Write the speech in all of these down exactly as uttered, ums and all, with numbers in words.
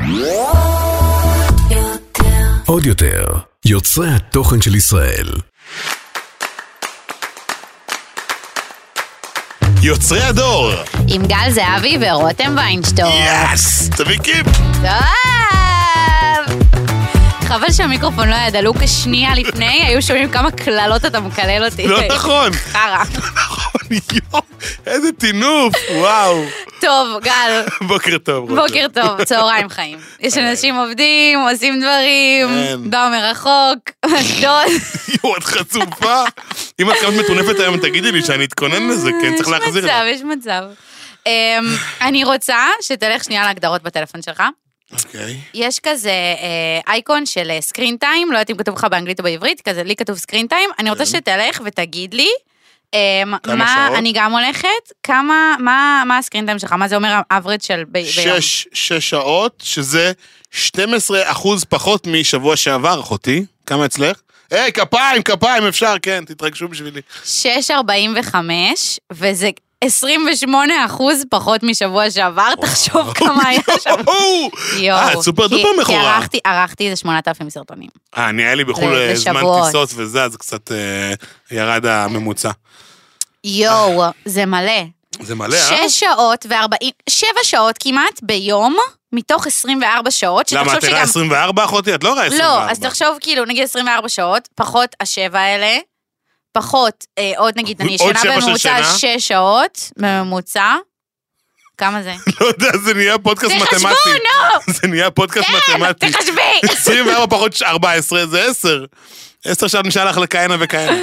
עוד יותר, יוצרי התוכן של ישראל. יוצרי הדור עם גל זהבי ורותם ויינשטור. יס! תביא קיפ! טוב! חבל שהמיקרופון לא היה דלוק שנייה לפני, היו שומעים כמה כללות אתה מקלל אותי. לא נכון. חרה. לא נכון, יום, איזה טינוף, וואו. טוב, גל. בוקר טוב. בוקר טוב, צהריים חיים. יש אנשים עובדים, עושים דברים, באו מרחוק, אשדוד. יואו, את חצופה. אם את כמת מטונפת היום, תגידי לי שאני אתכונן לזה, כן, צריך להחזיר. יש מצב, יש מצב. אני רוצה שתלך שנייה להגדרות בטלפון שלך. אוקיי. יש כזה אייקון של סקרין טיים, לא יודעת אם כתוב לך באנגלית או בעברית, כזה לי כתוב סקרין טיים, אני רוצה שתלך ותגיד לי, מה אני גם הולכת, כמה, מה הסקרין טיים שלך, מה זה אומר האברד של ביום? שש, שש שעות, שזה שנים עשר אחוז פחות משבוע שעבר, אחותי, כמה אצלך? היי, כפיים, כפיים, אפשר, כן, תתרגשו בשבילי. שש ארבעים וחמש, וזה עשרים ושמונה אחוז פחות משבוע שעבר, תחשוב כמה היה שם. אה, סופר דופר מכורה. כי ערכתי איזה שמונת אלפים סרטונים. אה, אני היה לי בחול זמן טיסות וזה, אז קצת ירד הממוצע. יואו, זה מלא. זה מלא, אה? שש שעות וארבעים, שבע שעות כמעט ביום, מתוך עשרים וארבע שעות. למה, את תראה עשרים וארבע אחותי? את לא רואה עשרים וארבע. לא, אז תחשוב כאילו, נגיד עשרים וארבע שעות, פחות השבע האלה, פחות, אה, עוד נגיד, אני ישנה בממוצע שש שעות, בממוצע, כמה זה? לא יודע, זה נהיה פודקאסט מתמטי. תחשבו, נו! זה נהיה פודקאסט מתמטי. כן, תחשבי! עשרים וארבע פחות ארבע עשרה, זה עשר. עשר שעות נשאר לך לכהנה וכהנה.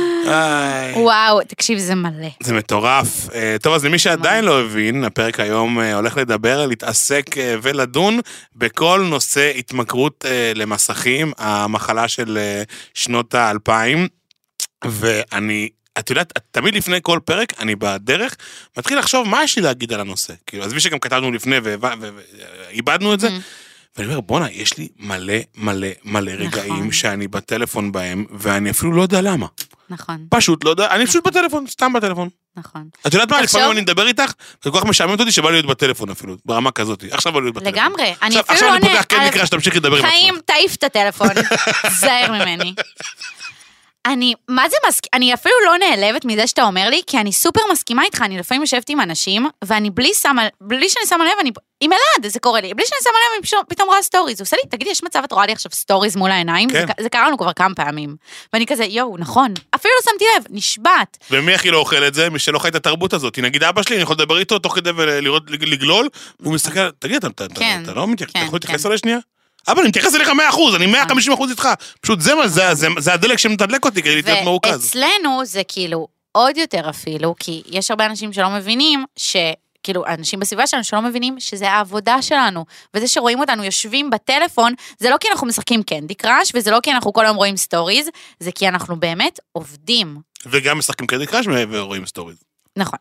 וואו, תקשיב, זה מלא. זה מטורף. טוב, אז למי שעדיין לא הבין, הפרק היום הולך לדבר, להתעסק ולדון בכל נושא התמכרות למסכים, המחלה של שנות האלפיים. ואני, את יודעת, תמיד לפני כל פרק, אני בדרך, מתחיל לחשוב מה יש לי להגיד על הנושא. כאילו, אז מי שגם כתבנו לפני ואיבדנו את זה, ואני אומר, בונה, יש לי מלא, מלא, מלא רגעים שאני בטלפון בהם, ואני אפילו לא יודע למה. נכון. פשוט לא יודע, אני פשוט בטלפון, סתם בטלפון. נכון. את יודעת מה, לפעמים אני מדבר איתך, זה כל כך משעממת אותי שבא להיות בטלפון אפילו, ברמה כזאת. עכשיו בא להיות בטלפון. לגמרי. עכשיו אני פותח כן מקרה שתמשיך לדבר עם עצמך. חיים, תעיף את הטלפון. זהר ממני. אני, מה זה מסכ... אני אפילו לא נעלבת מזה שאתה אומר לי, כי אני סופר מסכימה איתך, אני לפעמים יושבת עם אנשים, ואני בלי שמה, בלי שאני שמה לב, אני, עם אלעד, זה קורה לי, בלי שאני שמה לב, אני פשוט, פתאום רואה סטוריז, הוא עושה לי, תגידי, יש מצב, את רואה לי עכשיו סטוריז מול העיניים? כן. זה, זה קרה לנו כבר כמה פעמים. ואני כזה, יואו, נכון, אפילו לא שמתי לב, נשבעת. ומי הכי לא אוכל את זה? מי שלא חי את התרבות הזאת. נגיד אבא שלי, אני יכול לדבר איתו, תוך כדי ולראות, לגלול, והוא מסתכל, תגיד, אתה, כן, אתה לא מתייחס, כן, אתה יכול כן. להתייחס עליי שנייה? אבל אני מתייחס אליך מאה אחוז, אני מאה וחמישים אחוז איתך. פשוט זה, זה, זה, זה הדלק שמתדלק אותי, כדי להיות מרוכז. ואצלנו זה כאילו עוד יותר אפילו, כי יש הרבה אנשים שלא מבינים, שכאילו אנשים בסביבה שלנו שלא מבינים שזה העבודה שלנו, וזה שרואים אותנו יושבים בטלפון, זה לא כי אנחנו משחקים קנדי קראש, וזה לא כי אנחנו כל היום רואים סטוריז, זה כי אנחנו באמת עובדים. וגם משחקים קנדי קראש ורואים סטוריז. נכון.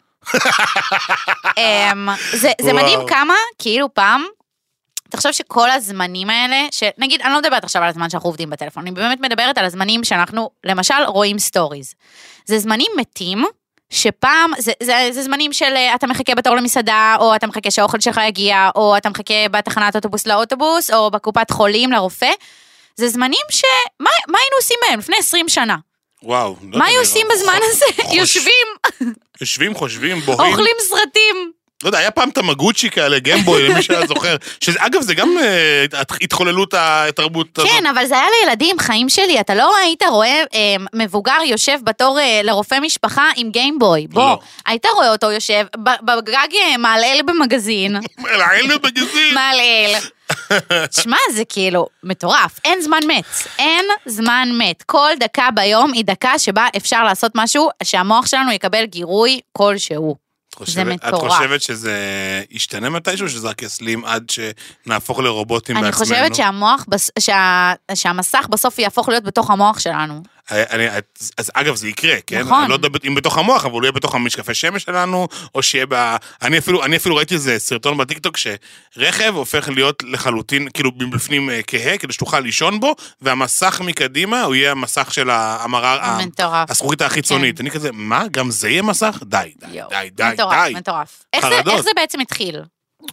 זה מדהים כמה, כאילו פעם, תחשוב שכל הזמנים האלה, שנגיד, אני לא מדברת עכשיו על הזמן שאנחנו עובדים בטלפון, אני באמת מדברת על הזמנים שאנחנו, למשל, רואים סטוריז. זה זמנים מתים, שפעם, זה, זה, זה זמנים של אתה מחכה בתור למסעדה, או אתה מחכה שהאוכל שלך יגיע, או אתה מחכה בתחנת אוטובוס לאוטובוס, או בקופת חולים לרופא. זה זמנים ש... מה, מה היינו עושים בהם לפני עשרים שנה? וואו. מה היו עושים בזמן הזה? יושבים. יושבים, חושבים, בוהים. אוכלים סרטים. לא יודע, היה פעם תמגוצ'י כאלה, גיימבוי, למי שהיה זוכר. אגב, זה גם התחוללות התרבות הזאת. כן, אבל זה היה לילדים, חיים שלי. אתה לא היית רואה מבוגר יושב בתור לרופא משפחה עם גיימבוי. בוא, היית רואה אותו יושב בגג מעלל במגזין. מעלל במגזין. מעלל. תשמע, זה כאילו מטורף. אין זמן מת. אין זמן מת. כל דקה ביום היא דקה שבה אפשר לעשות משהו שהמוח שלנו יקבל גירוי כלשהו. זה מטורף. את חושבת שזה ישתנה מתישהו, שזה רק יסלים עד שנהפוך לרובוטים בעצמנו? אני חושבת שהמוח, שהמסך בסוף יהפוך להיות בתוך המוח שלנו. אז אגב זה יקרה, כן? נכון. אני לא יודע אם בתוך המוח, אבל הוא יהיה בתוך המשקפי שמש שלנו, או שיהיה ב... אני אפילו, אני אפילו ראיתי איזה סרטון בטיקטוק, שרכב הופך להיות לחלוטין, כאילו בפנים כהה, כדי שתוכל לישון בו, והמסך מקדימה, הוא יהיה המסך של המראה, הזכוכית החיצונית. אני כזה, מה? גם זה יהיה מסך? די, די, די, די, די. מטורף. איך זה בעצם התחיל?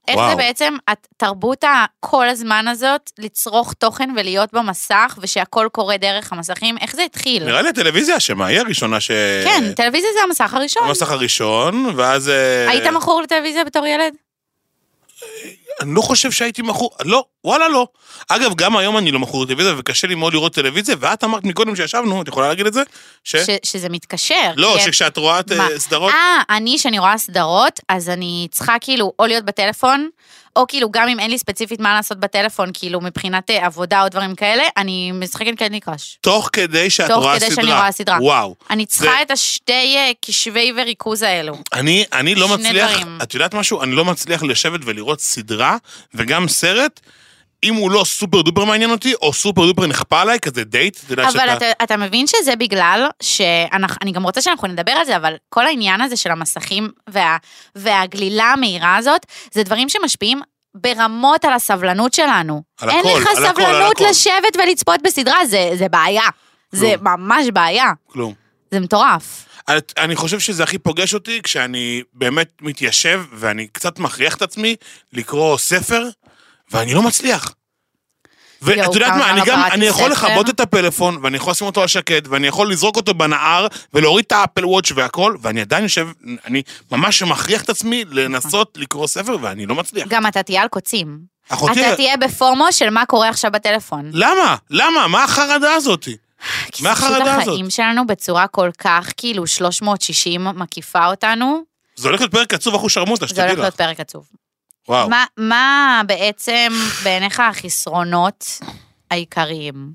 איך וואו. זה בעצם התרבות כל הזמן הזאת, לצרוך תוכן ולהיות במסך, ושהכל קורה דרך המסכים, איך זה התחיל? נראה לי הטלוויזיה אשמה, היא הראשונה ש... כן, טלוויזיה זה המסך הראשון. המסך הראשון, ואז... היית מכור לטלוויזיה בתור ילד? אני לא חושב שהייתי מכור, לא, וואלה לא. אגב, גם היום אני לא מכור לטלוויזיה, וקשה לי מאוד לראות טלוויזיה, ואת אמרת מקודם שישבנו, את יכולה להגיד את זה? ש... ש... שזה מתקשר. לא, כי... שכשאת רואה את סדרות... אה, אני, שאני רואה סדרות, אז אני צריכה כאילו או להיות בטלפון, או כאילו גם אם אין לי ספציפית מה לעשות בטלפון, כאילו מבחינת עבודה או דברים כאלה, אני משחקת קנדי קראש. תוך כדי שאת רואה סדרה. תוך כדי שאני רואה סדרה. וואו. אני צריכה את השתי קשבי וריכוז האלו. אני, אני לא מצליח, דברים. את יודעת משהו? אני לא מצליח לשבת ולראות סדרה, וגם סרט, אם הוא לא סופר דופר מעניין אותי, או סופר דופר נכפה עליי, כזה דייט. אבל שאתה... אתה, אתה מבין שזה בגלל, שאני גם רוצה שאנחנו נדבר על זה, אבל כל העניין הזה של המסכים, וה, והגלילה המהירה הזאת, זה דברים שמשפיעים ברמות על הסבלנות שלנו. על אין הכל, לך על הכל, סבלנות על הכל. לשבת ולצפות בסדרה, זה, זה בעיה. זה ממש בעיה. כלום. זה מטורף. אני חושב שזה הכי פוגש אותי, כשאני באמת מתיישב, ואני קצת מכריח את עצמי לקרוא ספר, ואני לא מצליח. ואת יודעת מה, אני גם, אני יכול לכבות את הפלאפון, ואני יכול לשים אותו על שקט, ואני יכול לזרוק אותו בנהר, ולהוריד את האפל וואץ' והכל, ואני עדיין יושב, אני ממש מכריח את עצמי לנסות לקרוא ספר, ואני לא מצליח. גם אתה תהיה על קוצים. אחותי... אתה תהיה בפורמו של מה קורה עכשיו בטלפון. למה? למה? מה החרדה הזאת? כי זה פשוט החיים שלנו בצורה כל כך, כאילו שלוש מאות שישים מקיפה אותנו. זה הולך להיות פרק עצוב אחו שרמוטה, שתדעי לך. זה הולך להיות פרק עצוב. וואו. מה, מה בעצם בעיניך החסרונות העיקריים?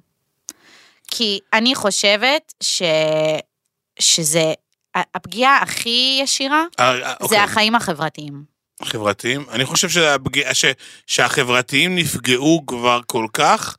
כי אני חושבת ש... שזה הפגיעה הכי ישירה, זה החיים החברתיים. חברתיים? אני חושב שהפגיעה, ש... שהחברתיים נפגעו כבר כל כך,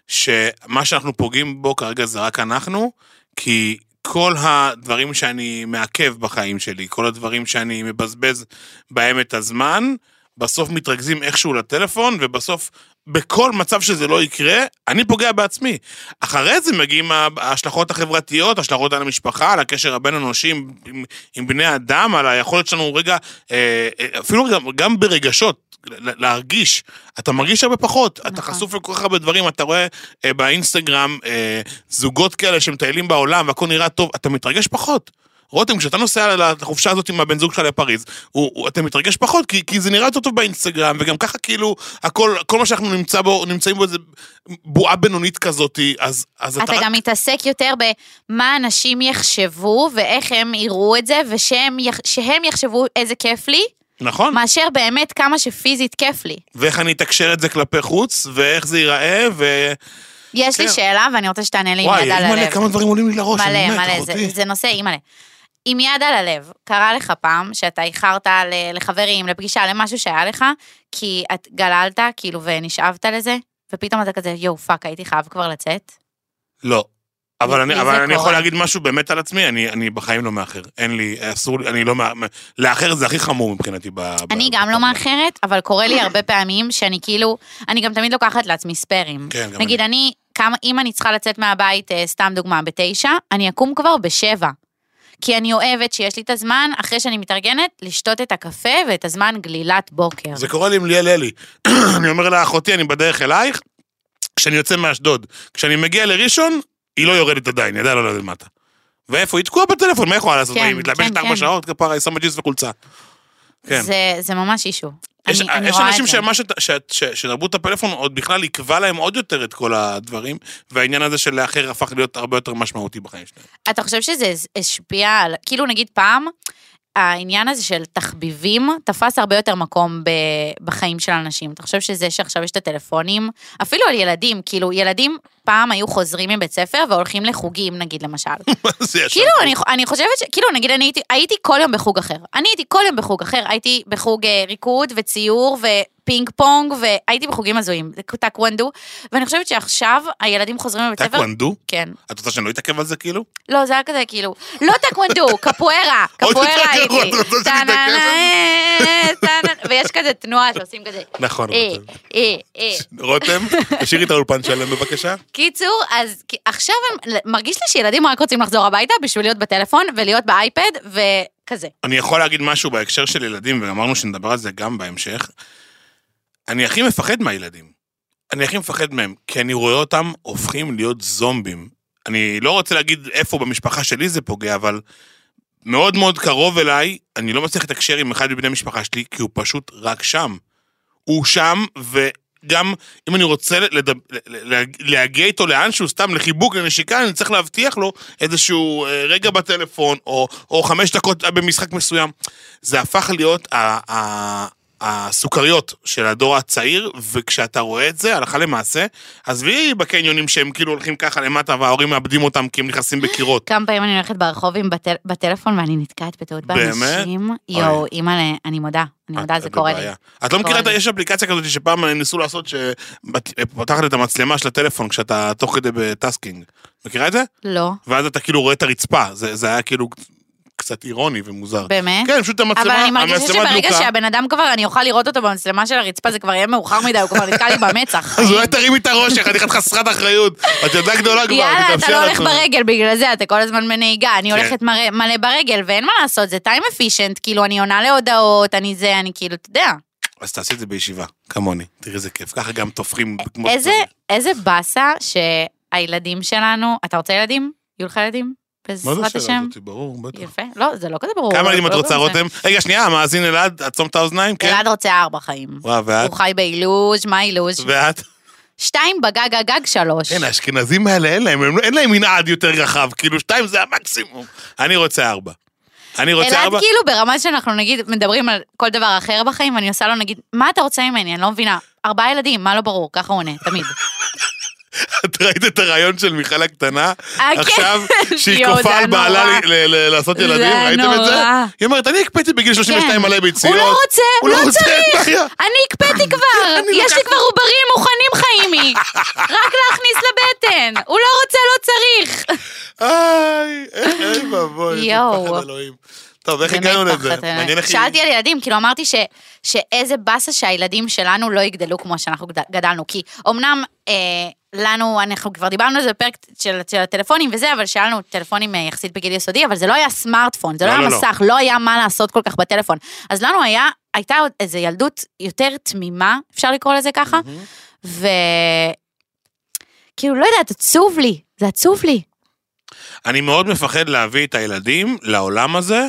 שמה שאנחנו פוגעים בו כרגע זה רק אנחנו, כי כל הדברים שאני מעכב בחיים שלי, כל הדברים שאני מבזבז בהם את הזמן, בסוף מתרכזים איכשהו לטלפון, ובסוף בכל מצב שזה לא יקרה, אני פוגע בעצמי. אחרי זה מגיעים ההשלכות החברתיות, השלכות על המשפחה, על הקשר הבין אנושים עם, עם בני אדם, על היכולת שלנו רגע, אפילו גם, גם ברגשות, להרגיש, אתה מרגיש הרבה פחות, נכון. אתה חשוף לכל כך הרבה דברים, אתה רואה אה, באינסטגרם אה, זוגות כאלה שמטיילים בעולם, והכל נראה טוב, אתה מתרגש פחות. רותם, כשאתה נוסע לחופשה הזאת עם הבן זוג שלך לפריז, הוא, הוא, אתה מתרגש פחות, כי, כי זה נראה יותר טוב באינסטגרם, וגם ככה כאילו, הכל, כל מה שאנחנו נמצא בו, נמצאים בו איזה בועה בינונית כזאת, אז, אז אתה... אתה רק... גם מתעסק יותר במה אנשים יחשבו, ואיך הם יראו את זה, ושהם יח, שהם יחשבו איזה כיף לי, נכון. מאשר באמת כמה שפיזית כיף לי. ואיך אני אתקשר את זה כלפי חוץ, ואיך זה ייראה, ו... יש לי שאלה, ואני רוצה שתענה לי עם יד על הלב. וואי, כמה דברים עולים לי לראש, מלא, מלא, זה נושא, אימא'לה. עם יד על הלב, קרה לך פעם שאתה איחרת לחברים, לפגישה, למשהו שהיה לך, כי את גללת, כאילו, ונשאבת לזה, ופתאום אתה כזה, יו, פאק, הייתי חייב כבר לצאת? לא. אבל אני, אבל אני יכול להגיד משהו באמת על עצמי, אני, אני בחיים לא מאחר. אין לי, אסור לי, אני לא מאחר. לאחר זה הכי חמור מבחינתי. אני גם לא מאחרת, אבל קורה לי הרבה פעמים שאני כאילו, אני גם תמיד לוקחת לעצמי ספרים. נגיד, אני, אם אני צריכה לצאת מהבית, סתם דוגמה, בתשע, אני אקום כבר בשבע. כי אני אוהבת שיש לי את הזמן, אחרי שאני מתארגנת, לשתות את הקפה ואת הזמן גלילת בוקר. זה קורה לי עם ליאל אלי. אני אומר לה, אחותי, אני בדרך אלייך, כשאני יוצא מאשדוד. כשאני מגיע לראשון, היא לא יורדת עדיין, ידעה לא לדעת מטה. ואיפה? היא תקועה בטלפון, מה יכולה לעשות? היא מתלבשת ארבע שעות, כפרה, היא שמה ג'יס וחולצה. זה ממש אישו. יש אנשים שתרבות הפלאפון עוד בכלל יקבע להם עוד יותר את כל הדברים, והעניין הזה של לאחר הפך להיות הרבה יותר משמעותי בחיים שלהם. אתה חושב שזה השפיע על, כאילו נגיד פעם, העניין הזה של תחביבים תפס הרבה יותר מקום בחיים של אנשים. אתה חושב שזה שעכשיו יש את הטלפונים, אפילו על ילדים, כאילו ילדים פעם היו חוזרים מבית ספר והולכים לחוגים, נגיד למשל. כאילו אני, אני חושבת ש... כאילו נגיד אני הייתי, הייתי כל יום בחוג אחר. אני הייתי כל יום בחוג אחר. הייתי בחוג ריקוד וציור ופינג פונג, והייתי בחוגים הזויים, טקוונדו, ואני חושבת שעכשיו הילדים חוזרים מבית ספר... טקוונדו? כן. את רוצה שאני לא אתעכב על זה כאילו? לא, זה היה כזה כאילו, לא טקוונדו, קפוארה, קפוארה הייתי. ויש כזה תנועה שעושים כזה. נכון, רותם, תשאירי את האולפן שלהם בבקשה. קיצור, אז עכשיו מרגיש לי שילדים רק רוצים לחזור הביתה בשביל להיות בטלפון ולהיות באייפד וכזה. אני יכול להגיד משהו בהקשר של ילדים, ואמרנו שנדבר על זה גם בהמשך. אני הכי מפחד מהילדים. אני הכי מפחד מהם, כי אני רואה אותם הופכים להיות זומבים. אני לא רוצה להגיד איפה במשפחה שלי זה פוגע, אבל מאוד מאוד קרוב אליי, אני לא מצליח לתקשר עם אחד מבני משפחה שלי, כי הוא פשוט רק שם. הוא שם, וגם אם אני רוצה לדבר, להגיע איתו לאנשהו, סתם לחיבוק, לנשיקה, אני צריך להבטיח לו איזשהו רגע בטלפון, או, או חמש דקות במשחק מסוים. זה הפך להיות ה... ה הסוכריות של הדור הצעיר, וכשאתה רואה את זה, הלכה למעשה, אז ויהי בקניונים שהם כאילו הולכים ככה למטה, וההורים מאבדים אותם כי הם נכנסים בקירות. כמה פעמים אני הולכת ברחוב עם בטל, בטלפון, ואני נתקעת בטעות באנשים. יואו, אימא, אני מודה, אני מודה, זה קורה לי. את לא מכירה, יש אפליקציה כזאת שפעם ניסו לעשות, שפותחת את המצלמה של הטלפון, כשאתה תוך כדי בטסקינג. מכירה את זה? לא. ואז אתה כאילו רואה את הרצפה, זה היה כאילו... קצת אירוני ומוזר. באמת? כן, פשוט המצלמה, אבל אני מרגישה שברגע שהבן אדם כבר, אני אוכל לראות אותו במצלמה של הרצפה, זה כבר יהיה מאוחר מדי, הוא כבר נתקע לי במצח. אז אולי תרים את הראש, איך אני חסרת אחריות. את יודעת גדולה כבר, יאללה, אתה לא הולך ברגל בגלל זה, אתה כל הזמן בנהיגה, אני הולכת מלא ברגל, ואין מה לעשות, זה טיים אפישנט, כאילו אני עונה להודעות, אני זה, אני כאילו, אתה יודע. אז תעשי את זה בישיבה, כמוני, תראי איזה כיף, ככה גם תופכים. איזה באסה שהילדים שלנו, אתה רוצה ילדים? יהיו לך ילדים? בעזרת השם. ברור, בטח. יפה. לא, זה לא כזה ברור. כמה ילדים את רוצה, רותם? רגע, שנייה, המאזין אלעד, עצום את האוזניים, כן? אלעד רוצה ארבע חיים. וואו, ואת? הוא חי באילוז', מה אילוז'? ואת? שתיים בגג הגג שלוש. כן, האשכנזים האלה, אין להם, אין להם מנעד יותר רחב, כאילו שתיים זה המקסימום. אני רוצה ארבע. אני רוצה ארבע. אלעד כאילו ברמה שאנחנו נגיד, מדברים על כל דבר אחר בחיים, ואני עושה לו נגיד, מה אתה רוצה ממני? אני לא מבינה. ארבעה ילדים, מה לא ברור? ככה הוא עונה, תמיד. את ראית את הרעיון של מיכל הקטנה? עכשיו, שהיא כופה על בעלה לעשות ילדים, ראיתם את זה? היא אומרת, אני הקפאתי בגיל שלושים ושתיים מלא ביציות. הוא לא רוצה, הוא לא צריך. אני הקפאתי כבר, יש לי כבר עוברים מוכנים חיימי. רק להכניס לבטן. הוא לא רוצה, לא צריך. איי, איי, בבוי, פחד אלוהים. טוב, איך הגענו לזה? שאלתי על ילדים, כאילו אמרתי שאיזה בסה שהילדים שלנו לא יגדלו כמו שאנחנו גדלנו, כי אמנם לנו, אנחנו כבר דיברנו על זה בפרק של הטלפונים וזה, אבל שאלנו טלפונים יחסית בגיל יסודי, אבל זה לא היה סמארטפון, זה לא היה מסך, לא היה מה לעשות כל כך בטלפון. אז לנו היה, הייתה איזו ילדות יותר תמימה, אפשר לקרוא לזה ככה, וכאילו לא יודעת, עצוב לי, זה עצוב לי. אני מאוד מפחד להביא את הילדים לעולם הזה,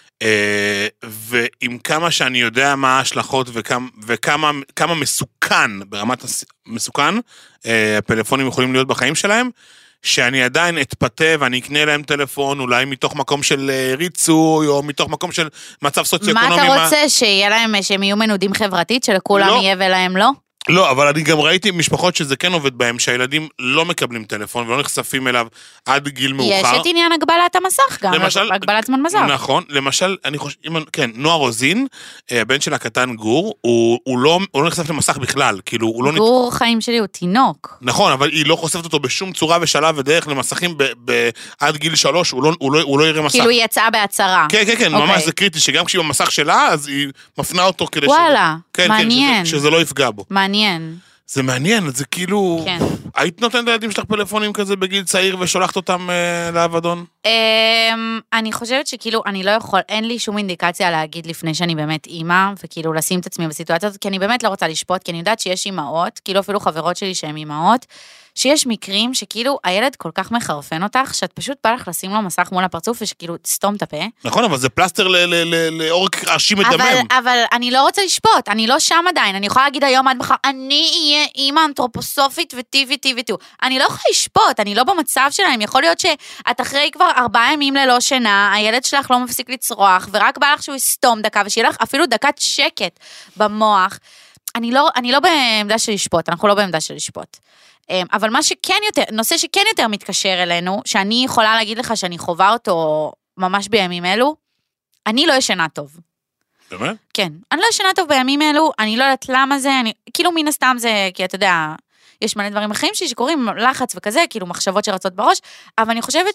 ועם כמה שאני יודע מה ההשלכות וכמה כמה מסוכן, ברמת מסוכן, הפלאפונים יכולים להיות בחיים שלהם, שאני עדיין אתפתה ואני אקנה להם טלפון, אולי מתוך מקום של ריצוי, או מתוך מקום של מצב סוציו-אקונומי. מה אתה רוצה, שיהיה להם, שהם יהיו מנודים חברתית, שלכולם יהיה ולהם לא? לא, אבל אני גם ראיתי משפחות שזה כן עובד בהם, שהילדים לא מקבלים טלפון ולא נחשפים אליו עד גיל מאוחר. יש את עניין הגבלת המסך גם, למשל, הגבלת זמן מסך. נכון, למשל, אני חושב, כן, נועה רוזין, הבן של הקטן גור, הוא, הוא, לא, הוא לא נחשף למסך בכלל, כאילו, הוא לא... גור נת... חיים שלי הוא תינוק. נכון, אבל היא לא חושפת אותו בשום צורה ושלב ודרך למסכים ב, ב, עד גיל שלוש, הוא לא, הוא לא, הוא לא יראה מסך. כאילו היא יצאה בהצהרה. כן, כן, כן, okay. ממש זה קריטי, שגם כשהיא במסך שלה, אז היא מפנה אותו כדי וואלה, שזה, כן, מעניין. כן, שזה, שזה לא יפגע בו. מעניין. זה מעניין, זה כאילו... כן. היית נותנת לילדים שלך פלאפונים כזה בגיל צעיר ושולחת אותם אה, לאבדון? אה, אני חושבת שכאילו, אני לא יכול, אין לי שום אינדיקציה להגיד לפני שאני באמת אימא, וכאילו לשים את עצמי בסיטואציה הזאת, כי אני באמת לא רוצה לשפוט, כי אני יודעת שיש אימהות, כאילו אפילו חברות שלי שהן אימהות, שיש מקרים שכאילו הילד כל כך מחרפן אותך, שאת פשוט בא לך לשים לו מסך מול הפרצוף, ושכאילו תסתום את הפה. נכון, אבל זה פלסטר לאורק ראשי מדמם. אבל, אבל אני לא רוצה לשפוט, אני לא שם עדיין, אני יכולה להגיד היום עד מחר, אני אהיה אימא אנתרופוסופית וטי וטי וטי. אני לא יכולה לשפוט, אני לא במצב שלהם, יכול להיות שאת אחרי כבר ארבעה ימים ללא שינה, הילד שלך לא מפסיק לצרוח, ורק בא לך שהוא יסתום דקה, ושיהיה לך אפילו דקת שקט במוח. אני לא, אני לא בעמדה של לשפוט, אנחנו לא בעמדה של לשפוט. אבל מה שכן יותר, נושא שכן יותר מתקשר אלינו, שאני יכולה להגיד לך שאני חובה אותו ממש בימים אלו, אני לא ישנה טוב. באמת? כן, אני לא ישנה טוב בימים אלו, אני לא יודעת למה זה, אני, כאילו מן הסתם זה, כי אתה יודע, יש מלא דברים אחרים שלי שקוראים לחץ וכזה, כאילו מחשבות שרצות בראש, אבל אני חושבת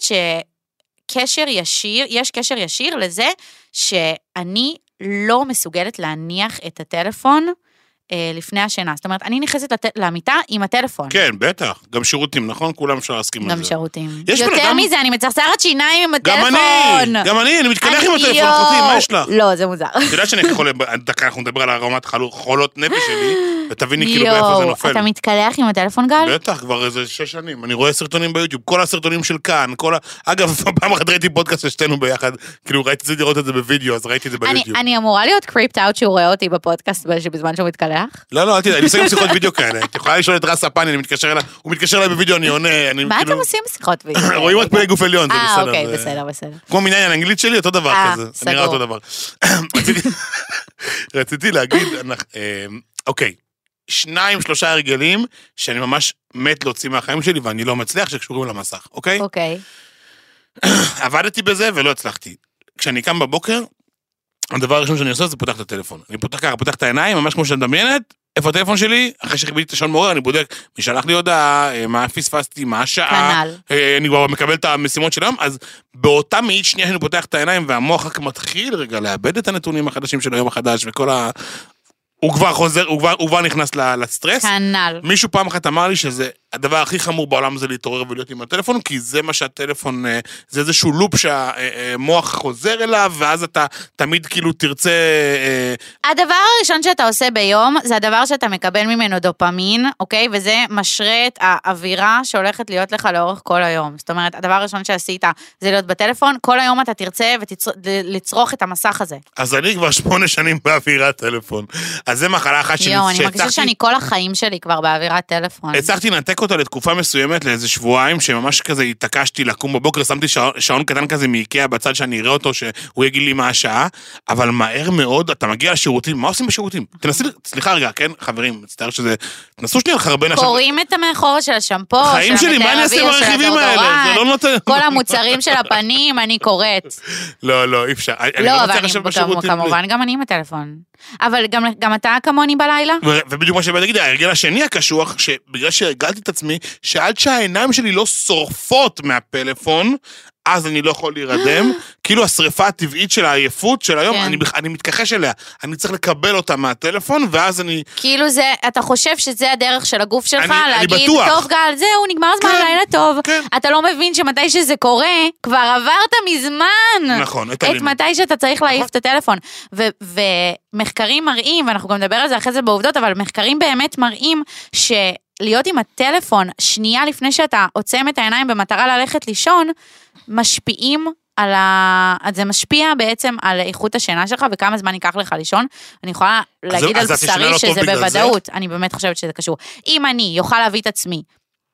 שקשר ישיר, יש קשר ישיר לזה שאני לא מסוגלת להניח את הטלפון, לפני השינה. זאת אומרת, אני נכנסת למיטה עם הטלפון. כן, בטח. גם שירותים, נכון? כולם אפשר להסכים על זה. גם שירותים. יותר מזה, אני מצחצרת שיניים עם הטלפון. גם אני, גם אני, אני מתקלח עם הטלפון, אחותי, מה יש לך? לא, זה מוזר. אתה יודע שאני יכול, דקה אנחנו נדבר על הרמת חולות נפש שלי, ותביני כאילו באיפה זה נופל. אתה מתקלח עם הטלפון גל? בטח, כבר איזה שש שנים. אני רואה סרטונים ביוטיוב, כל הסרטונים של כאן, כל ה... אגב, פעם אחת ראיתי פודקאסט ששתינו ביחד, כאילו ראיתי את זה לראות את זה בווידאו, אז ראיתי את זה ביוטיוב. אני אמורה להיות קריפט אאוט שהוא רואה אותי בפודקאסט בזמן שהוא מתקלח? לא, לא, אל תדע, אני עושה גם שיחות וידאו כאלה. את יכולה לשאול את רס הפני, אני מתקשר אליי, הוא מתקשר אליי בווידאו, אני עונה, אני מה אתם עושים שיחות וידאו? רואים רק פלאי גוף עליון, זה בסדר. אה, אוקיי, בסדר, בסדר. כמו מניין האנגלית שלי, אותו דבר כזה. נראה אותו דבר. רציתי להגיד, אוקיי, שניים, שלושה הרגלים שאני ממש מת להוציא מהחיים שלי, ואני לא מצליח שקשורים למסך, אוקיי? אוקיי. עבדתי בזה ולא הצלחתי. כשאני קם בבוקר, הדבר הראשון שאני עושה זה פותח את הטלפון. אני פותח ככה, פותח את העיניים, ממש כמו שאני מדמיינת, איפה הטלפון שלי? אחרי שחיביתי את השעון מעורר, אני בודק, מי שלח לי הודעה, מה פספסתי, מה השעה, אני כבר מקבל את המשימות של היום, אז באותה מאית שנייה שאני פותח את העיניים, והמוח רק מתחיל רגע לאבד את הנתונים החדשים של היום החדש, וכל ה... הוא כבר חוזר, הוא כבר, הוא כבר נכנס לסטרס. כנל. מישהו פעם אחת אמר לי שזה הדבר הכי חמור בעולם זה להתעורר ולהיות עם הטלפון, כי זה מה שהטלפון, זה איזשהו לופ שהמוח חוזר אליו, ואז אתה תמיד כאילו תרצה... הדבר הראשון שאתה עושה ביום, זה הדבר שאתה מקבל ממנו דופמין, אוקיי? וזה משרה את האווירה שהולכת להיות לך לאורך כל היום. זאת אומרת, הדבר הראשון שעשית זה להיות בטלפון, כל היום אתה תרצה ולצרוך את המסך הזה. אז אני כבר שמונה שנים באווירת טלפון. אז זה מחלה אחת שהצלחתי... יו, אני מרגישה שאני כל החיים שלי כבר באווירת טלפון. הצלחתי לנתק אותה לתקופה מסוימת, לאיזה שבועיים, שממש כזה התעקשתי לקום בבוקר, שמתי שעון קטן כזה מאיקאה בצד שאני אראה אותו, שהוא יגיד לי מה השעה, אבל מהר מאוד, אתה מגיע לשירותים, מה עושים בשירותים? תנסי, סליחה רגע, כן, חברים, מצטער שזה... תנסו שנייה לחרבן עכשיו... קוראים את המאחור של השמפו, חיים שלי, מה אני אעשה ברכיבים האלה? זה לא נותן... כל המוצרים של הפנים, אני קוראת. לא, לא, אי אפשר. לא, אבל כמובן גם אני עם הטלפון. אבל גם, גם אתה כמוני בלילה? ובדיוק מה שבא להגיד, ההרגל השני הקשוח, שבגלל שהרגלתי את עצמי, שעד שהעיניים שלי לא שורפות מהפלאפון, אז אני לא יכול להירדם, כאילו השריפה הטבעית של העייפות של היום, אני, אני מתכחש אליה, אני צריך לקבל אותה מהטלפון, ואז אני... כאילו זה, אתה חושב שזה הדרך של הגוף שלך, אני, להגיד, אני בטוח. טוב גל, זהו, נגמר זמן, כן, לילה טוב, כן. אתה לא מבין שמתי שזה קורה, כבר עברת מזמן, נכון, את, את מתי שאתה צריך להעיף נכון. את הטלפון, ו, ומחקרים מראים, ואנחנו גם נדבר על זה אחרי זה בעובדות, אבל מחקרים באמת מראים ש... להיות עם הטלפון שנייה לפני שאתה עוצם את העיניים במטרה ללכת לישון, משפיעים על ה... זה משפיע בעצם על איכות השינה שלך, וכמה זמן ייקח לך לישון. אני יכולה להגיד על בשרי שזה בוודאות, אני באמת חושבת שזה קשור. אם אני יוכל להביא את עצמי,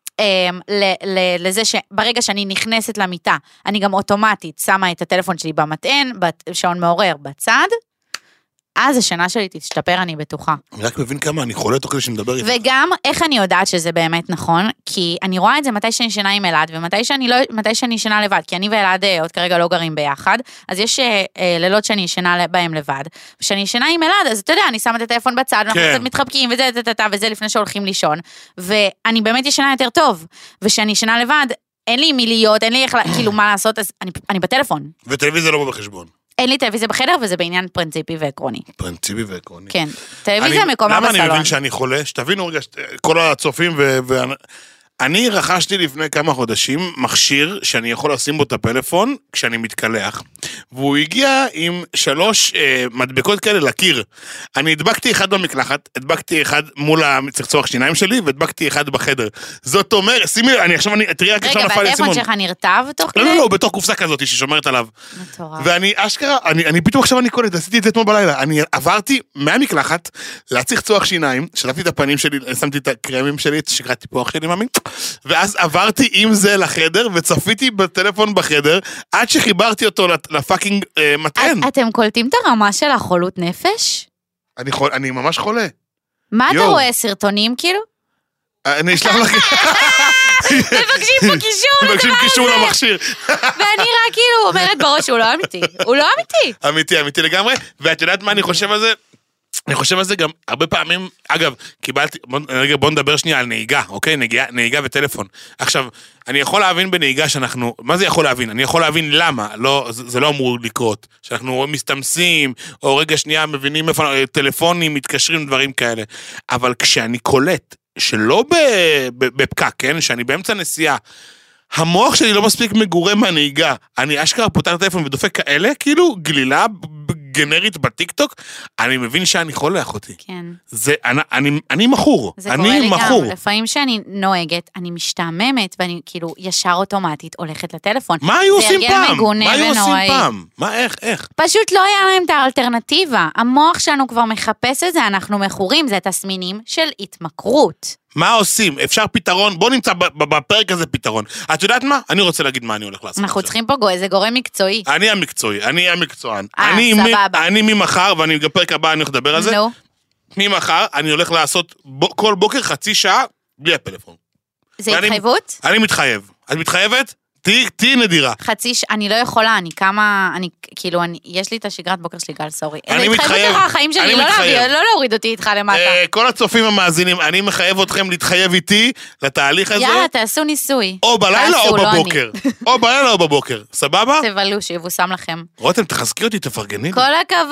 לזה שברגע שאני נכנסת למיטה, אני גם אוטומטית שמה את הטלפון שלי במטען, בשעון מעורר בצד, אז השינה שלי תשתפר, אני בטוחה. אני רק מבין כמה אני חולה תוך כדי שמדבר איתך. וגם, איך אני יודעת שזה באמת נכון, כי אני רואה את זה מתי שאני שינה עם אלעד, ומתי שאני לא, מתי שאני שינה לבד, כי אני ואלעד עוד כרגע לא גרים ביחד, אז יש אה, לילות שאני שינה בהם לבד, וכשאני שינה עם אלעד, אז אתה יודע, אני שמה את הטלפון בצד, ואנחנו קצת מתחבקים, וזה, וזה, וזה, וזה לפני שהולכים לישון, ואני באמת ישנה יותר טוב, ושאני שינה לבד, אין לי מי להיות, אין לי איך, כאילו מה לעשות, אז אני, אני בטלפון. וטלוויזיה לא בחשבון. אין לי טלוויזיה בחדר, וזה בעניין פרינציפי ועקרוני. פרינציפי ועקרוני. כן. טלוויזיה מקומה בסלון. למה אני מבין שאני חולה? שתבינו רגע, כל הצופים ו... אני רכשתי לפני כמה חודשים מכשיר שאני יכול לשים בו את הפלאפון כשאני מתקלח, והוא הגיע עם שלוש אה, מדבקות כאלה לקיר. אני הדבקתי אחד במקלחת, הדבקתי אחד מול הצחצוח שיניים שלי, והדבקתי אחד בחדר. זאת אומרת, שימי, אני עכשיו, אני, תראי רק עכשיו נפל לי סימון. רגע, והטלפון שלך נרטב תוך כדי? לא, לא, לא, הוא בתוך קופסה כזאת ששומרת עליו. מטורף. ואני אשכרה, אני, אני פתאום עכשיו אני קולט, עשיתי את זה אתמול בלילה, אני עברתי מהמקלחת להצחצוח שיניים, שלפתי את הפנים שלי, שמתי את הקרמים שלי, את שגרת טיפוח שלי, מאמין, ואז עברתי עם זה לחדר, וצפיתי בטלפון בחדר, עד שחיברתי אותו לפאקינג אה, מטען. אתם קולטים את הרמה של החולות נפש? אני, חול, אני ממש חולה. מה יו. אתה רואה, סרטונים כאילו? אני אשלח לך... מבקשים פה קישור. מבקשים קישור למכשיר. ואני רק כאילו אומרת בראש שהוא לא אמיתי. הוא לא אמיתי. אמיתי, אמיתי לגמרי. ואת יודעת מה אני חושב על זה? אני חושב על זה גם הרבה פעמים, אגב, קיבלתי, בוא, רגע, בוא נדבר שנייה על נהיגה, אוקיי? נהיגה, נהיגה וטלפון. עכשיו, אני יכול להבין בנהיגה שאנחנו, מה זה יכול להבין? אני יכול להבין למה, לא, זה, זה לא אמור לקרות. שאנחנו מסתמסים, או רגע שנייה מבינים איפה, טלפונים, מתקשרים, דברים כאלה. אבל כשאני קולט, שלא בפקק, כן? שאני באמצע נסיעה, המוח שלי לא מספיק מגורה מהנהיגה. אני אשכרה פותח טלפון ודופק כאלה, כאילו גלילה גנרית בטיקטוק, אני מבין שאני חולה, אחותי. כן. זה, אני, אני, אני מחור. זה אני קורה לי מחור. גם, לפעמים שאני נוהגת, אני משתעממת, ואני כאילו ישר אוטומטית הולכת לטלפון. מה היו עושים פעם? מגונה מה היו עושים ונוראי. פעם? מה, איך, איך? פשוט לא היה להם את האלטרנטיבה. המוח שלנו כבר מחפש את זה, אנחנו מכורים, זה תסמינים של התמכרות. מה עושים? אפשר פתרון? בוא נמצא בפרק הזה פתרון. את יודעת מה? אני רוצה להגיד מה אני הולך לעשות. אנחנו צריכים פה איזה גורם מקצועי. אני המקצועי, אני המקצוען. אה, אני סבבה. אני ממחר, ואני בפרק הבא אני הולך לדבר על זה. נו. ממחר אני הולך לעשות כל בוקר חצי שעה בלי הפלאפון. זה התחייבות? אני מתחייב. את מתחייבת? תהי נדירה. חצי ש... אני לא יכולה, אני כמה... אני, כאילו, אני, יש לי את השגרת בוקר שלי, גל, סורי. אני מתחייב. זה התחייבות שלך, החיים שלי, לא להביא, לא להוריד אותי איתך למטה. כל הצופים המאזינים, אני מחייב אתכם להתחייב איתי לתהליך הזה. יאללה, תעשו ניסוי. או בלילה או בבוקר. או בלילה או בבוקר. סבבה? תבלו, שיבוסם לכם. רותם, תחזקי אותי, תפרגני. כל הכבוד!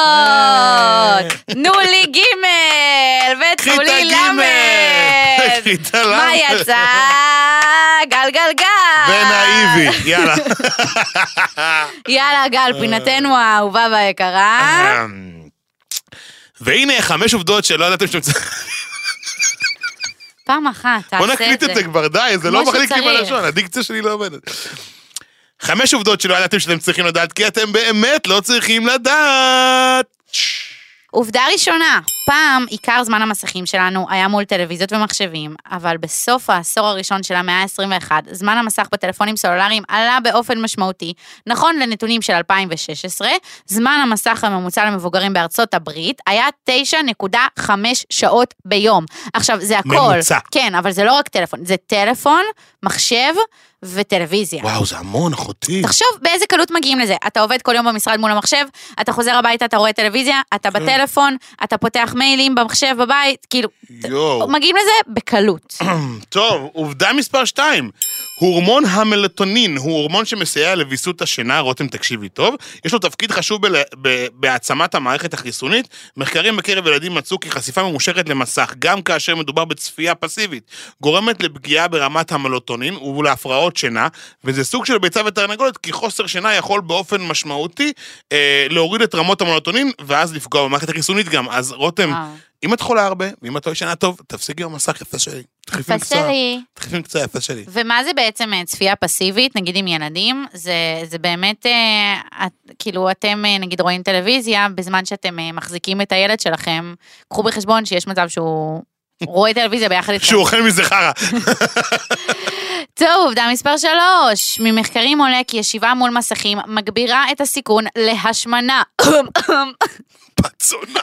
תנו לי גימל, ותנו לי למד. מה יצא? גל גל גל. ונאיבי, יאללה. יאללה, גל, פינתנו האהובה והיקרה. והנה חמש עובדות שלא ידעתם שאתם צריכים... פעם אחת, תעשה את זה. בוא נקליט את זה כבר, די, זה לא מחליק לי בלשון, הדיקציה שלי לא עובדת. חמש עובדות שלא ידעתם שאתם צריכים לדעת, כי אתם באמת לא צריכים לדעת. עובדה ראשונה, פעם עיקר זמן המסכים שלנו היה מול טלוויזיות ומחשבים, אבל בסוף העשור הראשון של המאה ה-עשרים ואחת, זמן המסך בטלפונים סלולריים עלה באופן משמעותי. נכון לנתונים של אלפיים ושש עשרה, זמן המסך הממוצע למבוגרים בארצות הברית היה תשע נקודה חמש שעות ביום. עכשיו, זה הכל. ממוצע. כן, אבל זה לא רק טלפון, זה טלפון, מחשב וטלוויזיה. וואו, זה המון, אחותי. תחשוב באיזה קלות מגיעים לזה. אתה עובד כל יום במשרד מול המחשב, אתה חוזר הביתה, אתה רואה טלוויזיה, אתה בטלפון, אתה פותח מיילים במחשב בבית, כאילו, מגיעים לזה בקלות. טוב, עובדה מספר שתיים. הורמון המלטונין הוא הורמון שמסייע לביסות השינה, רותם תקשיבי טוב, יש לו תפקיד חשוב בהעצמת המערכת החיסונית, מחקרים בקרב ילדים מצאו כי חשיפה ממושכת למסך, גם כאשר מדובר בצפייה פסיבית, גורמת לפגיעה ברמת המלטונין ולהפרעות שינה, וזה סוג של ביצה ותרנגולת, כי חוסר שינה יכול באופן משמעותי אה, להוריד את רמות המלטונין, ואז לפגוע במערכת החיסונית גם, אז רותם, אם את חולה הרבה, ואם את לא ישנה טוב, תפסיקי במסך יפה שלי. יפה שלי. תחליפי מקצוע יפה שלי. ומה זה בעצם צפייה פסיבית, נגיד עם ילדים? זה, זה באמת, אה, את, כאילו אתם נגיד רואים טלוויזיה, בזמן שאתם אה, מחזיקים את הילד שלכם, קחו בחשבון שיש מצב שהוא רואה טלוויזיה ביחד איתכם. שהוא אוכל מזה חרה. טוב, עובדה מספר שלוש. ממחקרים עולה כי ישיבה מול מסכים מגבירה את הסיכון להשמנה. פצונה.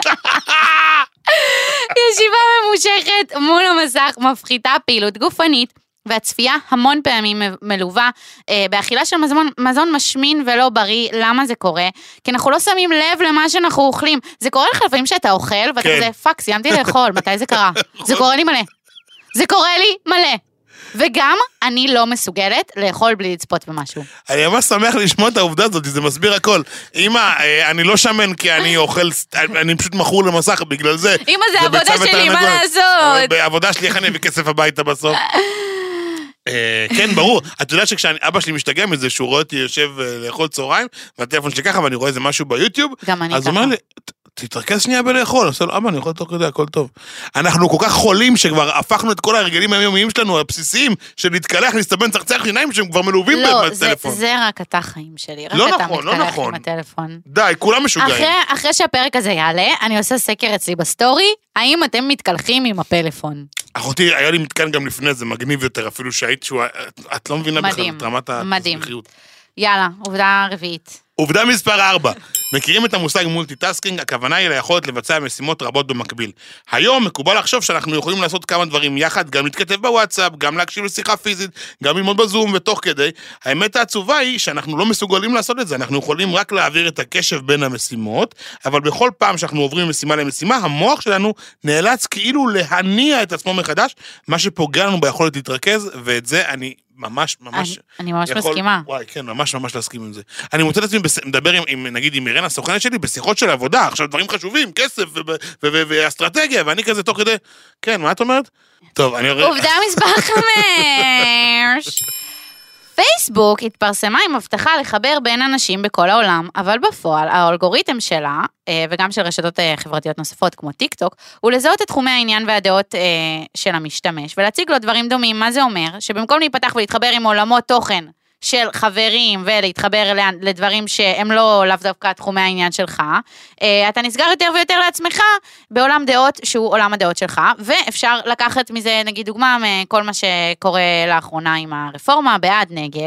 ישיבה ממושכת מול המסך מפחיתה פעילות גופנית, והצפייה המון פעמים מלווה אה, באכילה של מזון, מזון משמין ולא בריא. למה זה קורה? כי אנחנו לא שמים לב למה שאנחנו אוכלים. זה קורה לך לפעמים שאתה אוכל, ואתה כן. כזה, פאק, סיימתי לאכול, מתי זה קרה? זה קורה לי מלא. זה קורה לי מלא. וגם אני לא מסוגלת לאכול בלי לצפות במשהו. אני ממש שמח לשמוע את העובדה הזאת, זה מסביר הכל. אמא, אני לא שמן כי אני אוכל, אני פשוט מכור למסך בגלל זה. אמא, זה עבודה שלי, מה לעשות? בעבודה שלי, איך אני אביא כסף הביתה בסוף? כן, ברור. את יודעת שכשאבא שלי משתגע מזה, שהוא רואה אותי יושב לאכול צהריים, והטלפון שלי ככה, ואני רואה איזה משהו ביוטיוב, אז הוא אומר לי, תתרכז שנייה בלאכול, עושה לו, אבא, אני יכול לתוך כזה, הכל טוב. אנחנו כל כך חולים שכבר הפכנו את כל הרגלים היומיים שלנו, הבסיסיים, של להתקלח, להסתבן, צחצח שיניים, שהם כבר מלווים בטלפון. לא, זה רק אתה חיים שלי, רק לא אתה נכון, לא מתקלח נכון. עם הטלפון. די, כולם משוגעים. אחרי שהפרק הזה יעלה, אני עושה סקר אצלי בסטורי, האם אתם מתקלחים עם הפלאפון? אחותי, היה לי מתקן גם לפני, זה מגניב יותר, אפילו שהיית, את לא מבינה בכלל את רמת הזכריות. יאללה, עובדה רביעית. עובדה מספר ארבע. מכירים את המושג מולטיטאסקינג, הכוונה היא ליכולת לבצע משימות רבות במקביל. היום מקובל לחשוב שאנחנו יכולים לעשות כמה דברים יחד, גם להתכתב בוואטסאפ, גם להקשיב לשיחה פיזית, גם ללמוד בזום ותוך כדי. האמת העצובה היא שאנחנו לא מסוגלים לעשות את זה, אנחנו יכולים רק להעביר את הקשב בין המשימות, אבל בכל פעם שאנחנו עוברים משימה למשימה, המוח שלנו נאלץ כאילו להניע את עצמו מחדש, מה שפוגע לנו ביכולת להתרכז, ואת זה אני ממש ממש אני, אני ממש יכול, מסכימה. וואי, כן, ממש ממש להסכים עם זה. אני מוצא את עצמי מדבר עם, עם נגיד עם אירנה הסוכנת שלי בשיחות של עבודה, עכשיו דברים חשובים, כסף ואסטרטגיה, ואני כזה תוך כדי, כן, מה את אומרת? טוב, אני... עובדה מספר חמש. פייסבוק התפרסמה עם הבטחה לחבר בין אנשים בכל העולם, אבל בפועל האלגוריתם שלה, וגם של רשתות חברתיות נוספות כמו טיק טוק, הוא לזהות את תחומי העניין והדעות של המשתמש, ולהציג לו דברים דומים. מה זה אומר? שבמקום להיפתח ולהתחבר עם עולמות תוכן של חברים ולהתחבר לדברים שהם לא לאו דווקא תחומי העניין שלך, אתה נסגר יותר ויותר לעצמך בעולם דעות שהוא עולם הדעות שלך, ואפשר לקחת מזה נגיד דוגמה מכל מה שקורה לאחרונה עם הרפורמה, בעד נגד.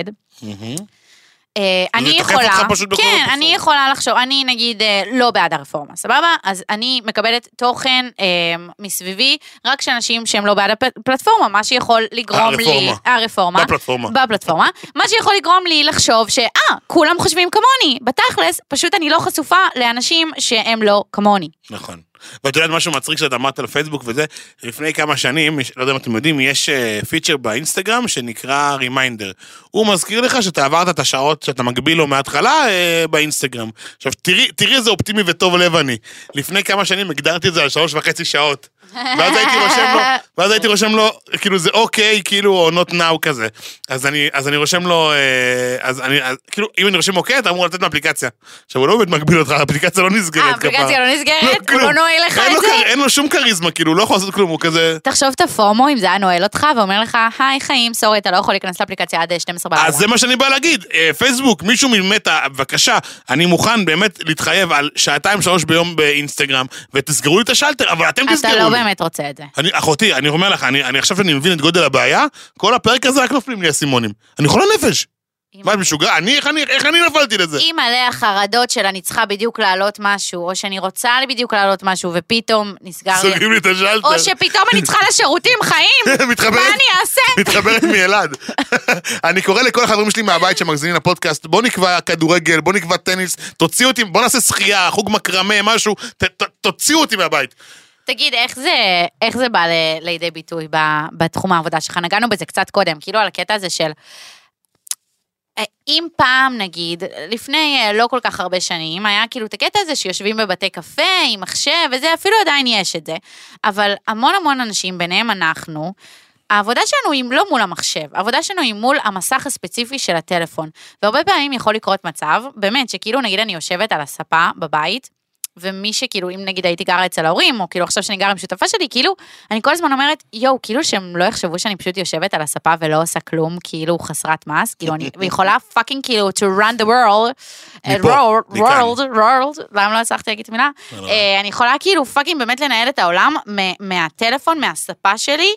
אני יכולה, כן, אני יכולה לחשוב, אני נגיד לא בעד הרפורמה, סבבה? אז אני מקבלת תוכן מסביבי, רק שאנשים שהם לא בעד הפלטפורמה, מה שיכול לגרום לי, הרפורמה, בפלטפורמה, בפלטפורמה, מה שיכול לגרום לי לחשוב שאה, כולם חושבים כמוני, בתכלס, פשוט אני לא חשופה לאנשים שהם לא כמוני. נכון. ואת יודעת משהו מצחיק שאת אמרת על פייסבוק וזה, לפני כמה שנים, לא יודע אם אתם יודעים, יש פיצ'ר באינסטגרם שנקרא רימיינדר. הוא מזכיר לך שאתה עברת את השעות שאתה מגביל לו מההתחלה באינסטגרם. עכשיו, תראי, תראי איזה אופטימי וטוב לב אני. לפני כמה שנים הגדרתי את זה על שלוש וחצי שעות. ואז הייתי רושם לו, ואז הייתי רושם לו, כאילו זה אוקיי, כאילו, או not now כזה. אז אני, אז אני רושם לו, אז אני, אז, כאילו, אם אני רושם אוקיי, אתה אמור לתת מאפליקציה. עכשיו, הוא לא באמת מגביל אותך, האפליקציה לא נסגרת. האפליקציה לא נסגרת, הוא לא נועל לך את זה. אין לו שום קריזמה, כאילו, הוא לא יכול לעשות כלום, הוא כזה... תחשוב את הפומו, אם זה היה נועל אותך, ואומר לך, היי חיים, סורי, אתה לא יכול להיכנס לאפליקציה עד שתים עשרה בלילה. אז זה מה שאני בא להגיד, פייסבוק, מישהו ממטה, בבקשה, אני מוכן באמת להתחייב על שעתיים שלוש ביום באינסטגרם, ותסגרו לי את השלטר, אבל אתם תסגרו לי. אתה לא באמת רוצה את זה. אני, אחותי, אני אומר לך, אני, אני עכשיו שאני מבין את גודל הבעיה, כל הפרק הזה רק נופלים לי הסימונים. אני חולה נפש. מה, את משוגע? אני, איך אני, איך אני נפלתי לזה? אם עליה החרדות של אני צריכה בדיוק לעלות משהו, או שאני רוצה לי בדיוק לעלות משהו, ופתאום נסגר לי... סוגרים לי את השלטר. או שפתאום אני צריכה לשירותים חיים, מה אני אעשה? מתחברת מילד. אני קורא לכל החברים שלי מהבית שמגזינים לפודקאסט, בוא נקבע כדורגל, בוא נקבע טניס, תוציאו אותי, בוא נעשה שחייה, חוג מקרמה, משהו, ת, ת, תוציאו אותי מהבית. תגיד, איך זה, איך זה בא לידי ביטוי בתחום העבודה שלך? נגענו בזה קצת קודם, כאילו על הקטע הזה של... אם פעם, נגיד, לפני לא כל כך הרבה שנים, היה כאילו את הקטע הזה שיושבים בבתי קפה עם מחשב, וזה אפילו עדיין יש את זה, אבל המון המון אנשים, ביניהם אנחנו, העבודה שלנו היא לא מול המחשב, העבודה שלנו היא מול המסך הספציפי של הטלפון, והרבה פעמים יכול לקרות מצב, באמת, שכאילו נגיד אני יושבת על הספה בבית, ומי שכאילו, אם נגיד הייתי גרה אצל ההורים, או כאילו עכשיו שאני גרה עם שותפה שלי, כאילו, אני כל הזמן אומרת, יואו, כאילו שהם לא יחשבו שאני פשוט יושבת על הספה ולא עושה כלום, כאילו חסרת מס, כאילו אני יכולה פאקינג כאילו to run the world, world, world, world, למה לא הצלחתי להגיד מילה? אני יכולה כאילו פאקינג באמת לנהל את העולם מהטלפון, מהספה שלי,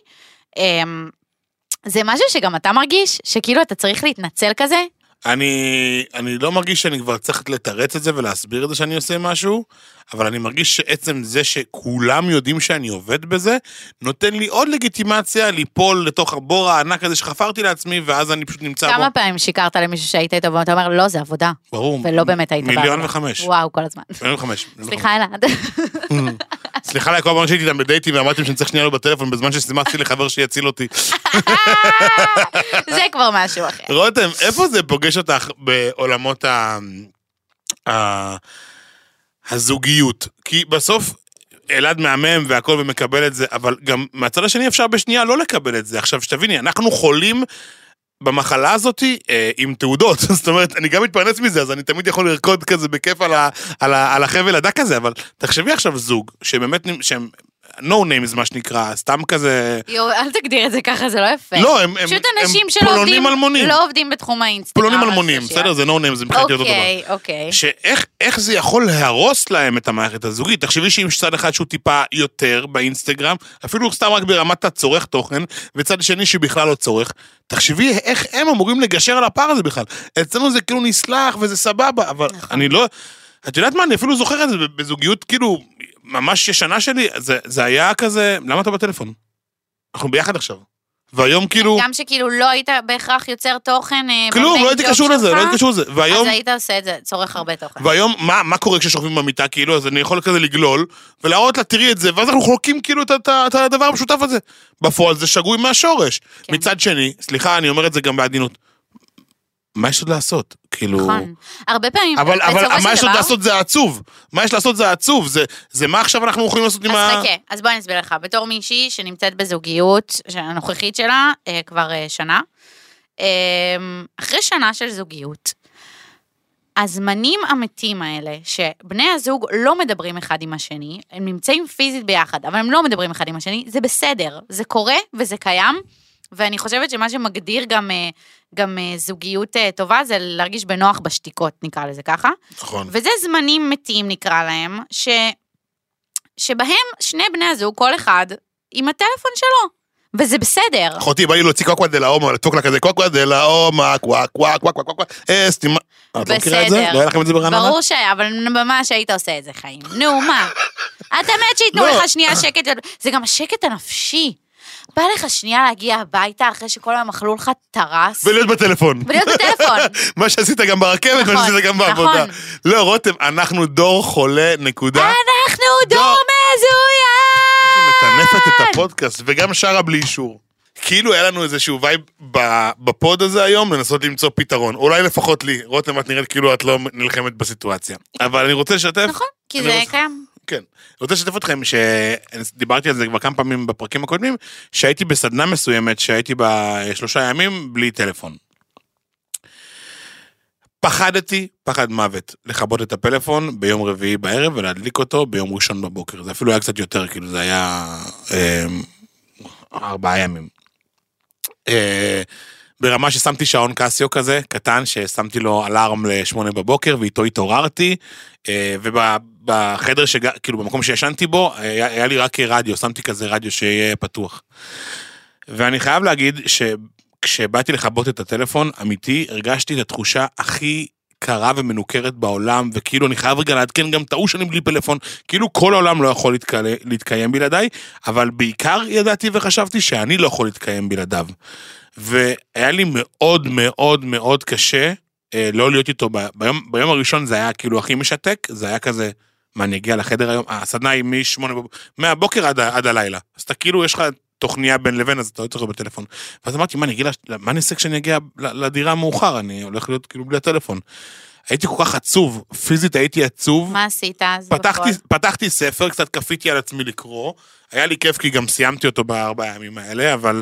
זה משהו שגם אתה מרגיש, שכאילו אתה צריך להתנצל כזה? אני, אני לא מרגיש שאני כבר צריך לתרץ את זה ולהסביר את זה שאני עושה משהו, אבל אני מרגיש שעצם זה שכולם יודעים שאני עובד בזה, נותן לי עוד לגיטימציה ליפול לתוך הבור הענק הזה שחפרתי לעצמי, ואז אני פשוט נמצא בו. כמה פעמים שיקרת למישהו שהיית איתו, ואתה אומר, לא, זה עבודה. ברור. ולא באמת היית בעבודה. מיליון וחמש. וואו, כל הזמן. מיליון וחמש. סליחה אלעד. סליחה לה, כל פעם שהייתי איתם בדייטים, ואמרתי שאני צריך שנייה לו בטלפון, בזמן שסימסתי לחבר שיציל אותי. זה כבר משהו אחר. רותם, איפה זה פוגש אותך בעולמות ה... הזוגיות? כי בסוף אלעד מהמם והכל ומקבל את זה, אבל גם מהצד השני אפשר בשנייה לא לקבל את זה. עכשיו, שתביני, אנחנו חולים במחלה הזאת אה, עם תעודות, זאת אומרת, אני גם מתפרנץ מזה, אז אני תמיד יכול לרקוד כזה בכיף על, ה, על, ה, על החבל הדק הזה, אבל תחשבי עכשיו זוג, שבאמת, שהם no names מה שנקרא, סתם כזה... יו, אל תגדיר את זה ככה, זה לא יפה. לא, הם, פשוט הם, אנשים הם שלא פולונים עובדים, אלמונים. לא עובדים בתחום האינסטגרם. פולונים אלמונים, בסדר? זה no names, זה מבחינתי אותו דבר. אוקיי, אוקיי. שאיך איך זה יכול להרוס להם את המערכת הזוגית? תחשבי שאם יש צד אחד שהוא טיפה יותר באינסטגרם, אפילו סתם רק ברמת הצורך תוכן, וצד שני שבכלל לא צורך, תחשבי איך הם אמורים לגשר על הפער הזה בכלל. אצלנו זה כאילו נסלח וזה סבבה, אבל אני לא... את יודעת מה, אני אפילו זוכר את זה בזוגיות, כאילו, ממש ישנה שלי, זה, זה היה כזה, למה אתה בטלפון? אנחנו ביחד עכשיו. והיום כאילו... גם שכאילו לא היית בהכרח יוצר תוכן... כלום, לא הייתי קשור לזה, לא הייתי קשור לזה. והיום... אז היית עושה את זה, צורך הרבה תוכן. והיום, מה, מה קורה כששוכבים במיטה, כאילו, אז אני יכול כזה לגלול, ולהראות לה, תראי את זה, ואז אנחנו חולקים כאילו את, את, את הדבר המשותף הזה. בפועל זה שגוי מהשורש. כן. מצד שני, סליחה, אני אומר את זה גם בעדינות, מה יש עוד לעשות? כאילו... נכון. הרבה פעמים... אבל, אבל מה יש עוד לעשות זה העצוב. מה יש לעשות זה העצוב. זה, זה מה עכשיו אנחנו יכולים לעשות עם ה... אז חכה, אז בוא נסביר לך. בתור מישהי שנמצאת בזוגיות, הנוכחית שלה, כבר שנה, אחרי שנה של זוגיות, הזמנים המתים האלה, שבני הזוג לא מדברים אחד עם השני, הם נמצאים פיזית ביחד, אבל הם לא מדברים אחד עם השני, זה בסדר, זה קורה וזה קיים, ואני חושבת שמה שמגדיר גם, גם זוגיות טובה, זה להרגיש בנוח בשתיקות, נקרא לזה ככה. נכון. וזה זמנים מתים, נקרא להם, ש, שבהם שני בני הזוג, כל אחד, עם הטלפון שלו. וזה בסדר. אחותי, בא לי להוציא קוקווה דלה אומה, לתוק לה כזה קוקווה דלה אומה, קוואק, קוואק, קוואק, קוואק, קוואק, אה, סתימה. את לא מכירה את זה? לא היה לכם את זה ברעננה? ברור ש... אבל ממש היית עושה את זה, חיים. נו, מה? אתה מת שיתנו לך שנייה שקט, זה גם השקט הנפשי. בא לך שנייה להגיע הביתה אחרי שכל היום אכלו לך טרס. ולהיות בטלפון. ולהיות בטלפון. מה שעשית גם ברכבת, מה שעשית גם בעבודה. לא, רותם, אנחנו דור חולה, נקודה. אנחנו דור מזוין. מטנפת את הפודקאסט, וגם שרה בלי אישור. כאילו היה לנו איזשהו וייב בפוד הזה היום, לנסות למצוא פתרון. אולי לפחות לי, רותם, את נראית כאילו את לא נלחמת בסיטואציה. אבל אני רוצה לשתף... נכון, כי זה קיים. כן. אני רוצה לשתף אתכם, שדיברתי על זה כבר כמה פעמים בפרקים הקודמים, שהייתי בסדנה מסוימת, שהייתי בשלושה ימים בלי טלפון. פחדתי, פחד מוות, לכבות את הפלאפון ביום רביעי בערב, ולהדליק אותו ביום ראשון בבוקר. זה אפילו היה קצת יותר, כאילו זה היה אה, ארבעה ימים. אה, ברמה ששמתי שעון קסיו כזה, קטן, ששמתי לו אלארם לשמונה בבוקר, ואיתו התעוררתי, אה, ובחדר, שג... כאילו במקום שישנתי בו, היה, היה לי רק רדיו, שמתי כזה רדיו שיהיה פתוח. ואני חייב להגיד ש... כשבאתי לכבות את הטלפון, אמיתי, הרגשתי את התחושה הכי קרה ומנוכרת בעולם, וכאילו אני חייב רגע לעדכן גם טעו שאני בלי פלאפון, כאילו כל העולם לא יכול להתקיים, להתקיים בלעדיי, אבל בעיקר ידעתי וחשבתי שאני לא יכול להתקיים בלעדיו. והיה לי מאוד מאוד מאוד קשה אה, לא להיות איתו, ביום, ביום הראשון זה היה כאילו הכי משתק, זה היה כזה, מה אני אגיע לחדר היום, הסדנה היא משמונה, מהבוקר עד, עד הלילה, אז אתה כאילו יש לך תוכניה בין לבין, אז אתה לא צריך בטלפון. ואז אמרתי, מה, אני אגיע, מה אני אעשה כשאני אגיע לדירה המאוחר? אני הולך להיות כאילו בלי הטלפון. הייתי כל כך עצוב, פיזית הייתי עצוב. מה עשית אז? פתחתי, פתחתי ספר, קצת כפיתי על עצמי לקרוא, היה לי כיף כי גם סיימתי אותו בארבעה ימים האלה, אבל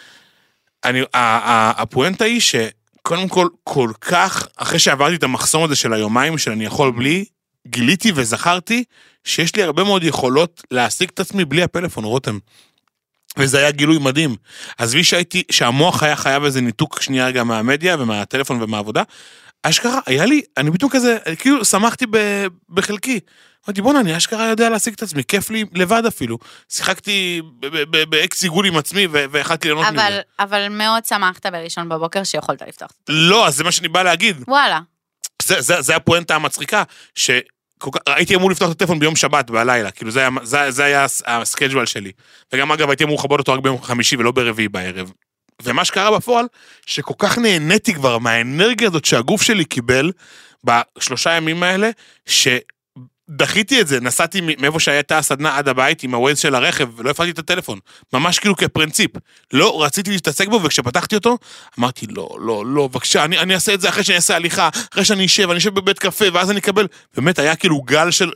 אני, הפואנטה היא שקודם כל, כל כך, אחרי שעברתי את המחסום הזה של היומיים, שאני יכול בלי, גיליתי וזכרתי, שיש לי הרבה מאוד יכולות להשיג את עצמי בלי הפלאפון, רותם. וזה היה גילוי מדהים. אז וי שהייתי, שהמוח היה חייב איזה ניתוק שנייה רגע מהמדיה ומהטלפון ומהעבודה, אשכרה, היה לי, אני פתאום כזה, כאילו, שמחתי ב, בחלקי. אמרתי, בוא'נה, אני אשכרה יודע להשיג את עצמי, כיף לי לבד אפילו. שיחקתי באקס עיגול עם עצמי, והחלטתי ליהנות מזה. אבל מאוד שמחת בראשון בבוקר שיכולת לפתוח. לא, אז זה מה שאני בא להגיד. וואלה. זה, זה, זה הפואנטה המצחיקה, ש... הייתי אמור לפתוח את הטלפון ביום שבת בלילה, כאילו זה היה, זה, זה היה הסקייג'ואל שלי. וגם אגב הייתי אמור לכבות אותו רק ביום חמישי ולא ברביעי בערב. ומה שקרה בפועל, שכל כך נהניתי כבר מהאנרגיה הזאת שהגוף שלי קיבל בשלושה ימים האלה, שדחיתי את זה, נסעתי מאיפה שהייתה הסדנה עד הבית עם הווייז של הרכב, ולא הפעלתי את הטלפון. ממש כאילו כפרינציפ. לא רציתי להשתעסק בו, וכשפתחתי אותו, אמרתי, לא, לא, לא, בבקשה, אני, אני אעשה את זה אחרי שאני אעשה הליכה, אחרי שאני אשב, אני אשב בבית קפה, ואז אני אקבל, באמת היה כאילו גל של...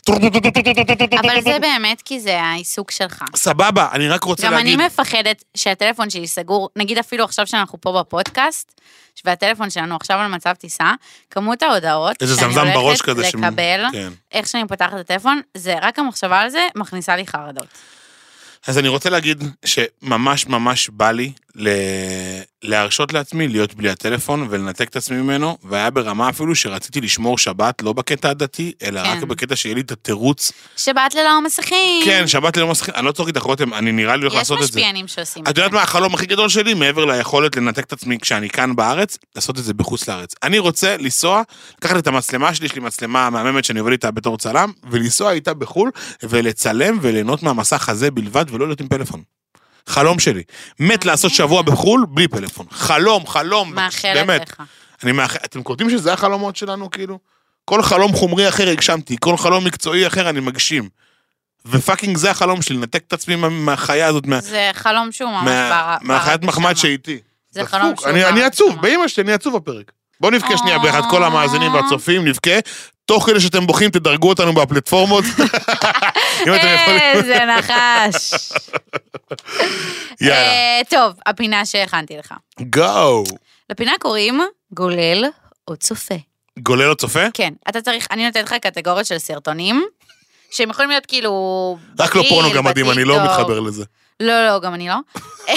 אבל זה באמת כי זה העיסוק שלך. סבבה, אני רק רוצה להגיד... גם אני מפחדת שהטלפון שלי סגור, נגיד אפילו עכשיו שאנחנו פה בפודקאסט, והטלפון שלנו עכשיו על מצב טיסה, כמות ההודעות שאני הולכת לקבל, איך שאני פותחת את הטלפון, זה רק המחשבה על זה מכניסה לי חרדות. אז אני רוצה להגיד שממש ממש בא לי להרשות לעצמי להיות בלי הטלפון ולנתק את עצמי ממנו, והיה ברמה אפילו שרציתי לשמור שבת, לא בקטע הדתי, אלא רק בקטע שיהיה לי את התירוץ. שבת ללא מסכים. כן, שבת ללא מסכים. אני לא צורך להתחרותם, אני נראה לי הולך לעשות את זה. יש משפיענים שעושים את זה. את יודעת מה החלום הכי גדול שלי, מעבר ליכולת לנתק את עצמי כשאני כאן בארץ, לעשות את זה בחוץ לארץ. אני רוצה לנסוע, לקחת את המצלמה שלי, יש לי מצלמה מהממת שאני עובד איתה בתור צלם, ולנסוע איתה בחול, ולצלם וליהנות מהמסך הזה בלבד, ולא להיות עם פלאפון. חלום שלי. מת לעשות שבוע בחול בלי פלאפון. חלום, חלום. מאחלת לך. אני מאחל... אתם קוראים שזה החלומות שלנו, כאילו? כל חלום חומרי אחר הגשמתי, כל חלום מקצועי אחר אני מגשים. ופאקינג זה החלום שלי, לנתק את עצמי מהחיה הזאת. זה חלום שהוא ממש בר... מהחיית מחמד שאיתי. זה חלום שהוא... אני עצוב, באמא שלי, אני עצוב בפרק. בואו נבכה שנייה באחד כל המאזינים והצופים, נבכה. תוך כדי שאתם בוכים, תדרגו אותנו בפלטפורמות. אם אתם יכולים... איזה נחש. יאללה. טוב, הפינה שהכנתי לך. גו. לפינה קוראים גולל או צופה. גולל או צופה? כן, אתה צריך, אני נותנת לך קטגוריות של סרטונים, שהם יכולים להיות כאילו... רק לא פורנו גם מדהים, אני לא מתחבר לזה. לא, לא, גם אני לא.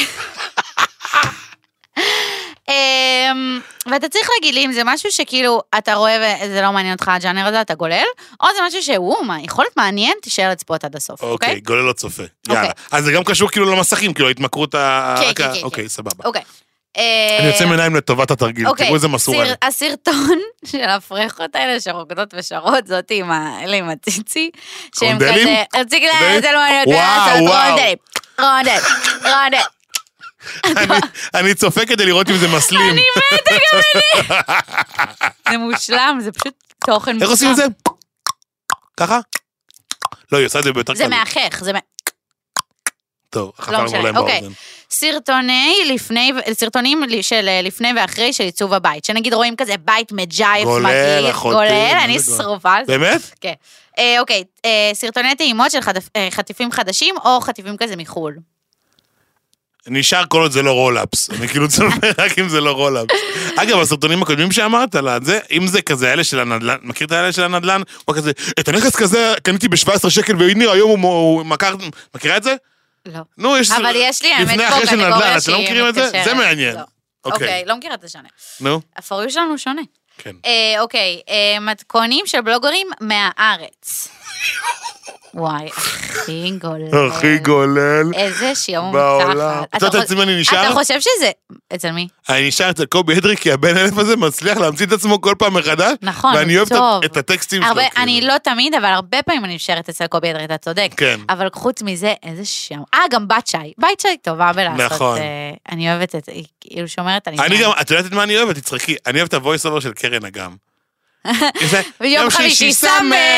ואתה צריך להגיד לי אם זה משהו שכאילו אתה רואה וזה לא מעניין אותך הג'אנר הזה, אתה גולל, או זה משהו שהוא, מה, יכול להיות מעניין, תישאר לצפות עד הסוף, אוקיי? אוקיי, גולל או צופה. יאללה. אז זה גם קשור כאילו למסכים, כאילו ההתמכרות ה... כן, כן, כן. אוקיי, סבבה. אוקיי. אני יוצא מעיניים לטובת התרגיל, תראו איזה מסור אני. הסרטון של הפרחות האלה שרוקדות ושרות, זאת עם האלה עם הציצי, שהם רונדלים? כזה, רציק להם, זה לא מעניין אותי, וואו, וואו. רונדלים, רונדל, רונדל. אני צופה כדי לראות אם זה מסלים. אני מתה גם אני. זה מושלם, זה פשוט תוכן מושלם. איך עושים את זה? ככה? לא, היא עושה את זה ביותר קל. זה מאחך, זה... טוב, לא חפרנו משנה, להם אוקיי. באוזן. סרטוני לפני, סרטונים של לפני ואחרי של עיצוב הבית, שנגיד רואים כזה בית מג'ייף, גולל, מגעיל, אחותי, גולל, מה אני זה גולל? שרופה על זה. באמת? כן. אה, אוקיי, אה, סרטוני טעימות של חטפ- אה, חטיפים חדשים, או חטיפים כזה מחול. נשאר כל עוד זה לא רולאפס. אני כאילו צופה רק אם זה לא רולאפס. אגב, הסרטונים הקודמים שאמרת לה, זה, אם זה כזה האלה של הנדל"ן, מכיר את האלה של הנדל"ן? או כזה, את הנכס כזה קניתי ב-שבע עשרה שקל, והנה היום הוא מכר, מכירה את זה? לא. נו, יש... אבל יש לי, האמת, לפני פה אחרי של נדל"ן, קטגוריה אתם לא שהיא מכירים את זה? מתקשרת. זה מעניין. לא. אוקיי. אוקיי, לא מכירה את השונה. נו, הפוריו שלנו שונה. כן. אה, אוקיי, אה, מתכונים של בלוגרים מהארץ. וואי, הכי גולל. הכי גולל. איזה שיום בעולם. מתחת. את יודעת אצל מי אני נשאר? אתה חושב שזה... אצל מי? אני נשאר אצל קובי אדרי, כי הבן אלף הזה מצליח להמציא את עצמו כל פעם מחדש. נכון, ואני אוהב טוב. את הטקסטים שלו. הרבה, כאילו. אני לא תמיד, אבל הרבה פעמים אני נשארת אצל קובי אדרי, אתה צודק. כן. אבל חוץ מזה, איזה שם. אה, גם בת שי. בת שי טובה בלעשות. נכון. אה, אני אוהבת את... היא כאילו שומרת על אני גם, את יודעת את מה אני אוהבת? תצחקי. אני אוהב את הוויס אובר של קרן אגם. ויום חמישי שמח!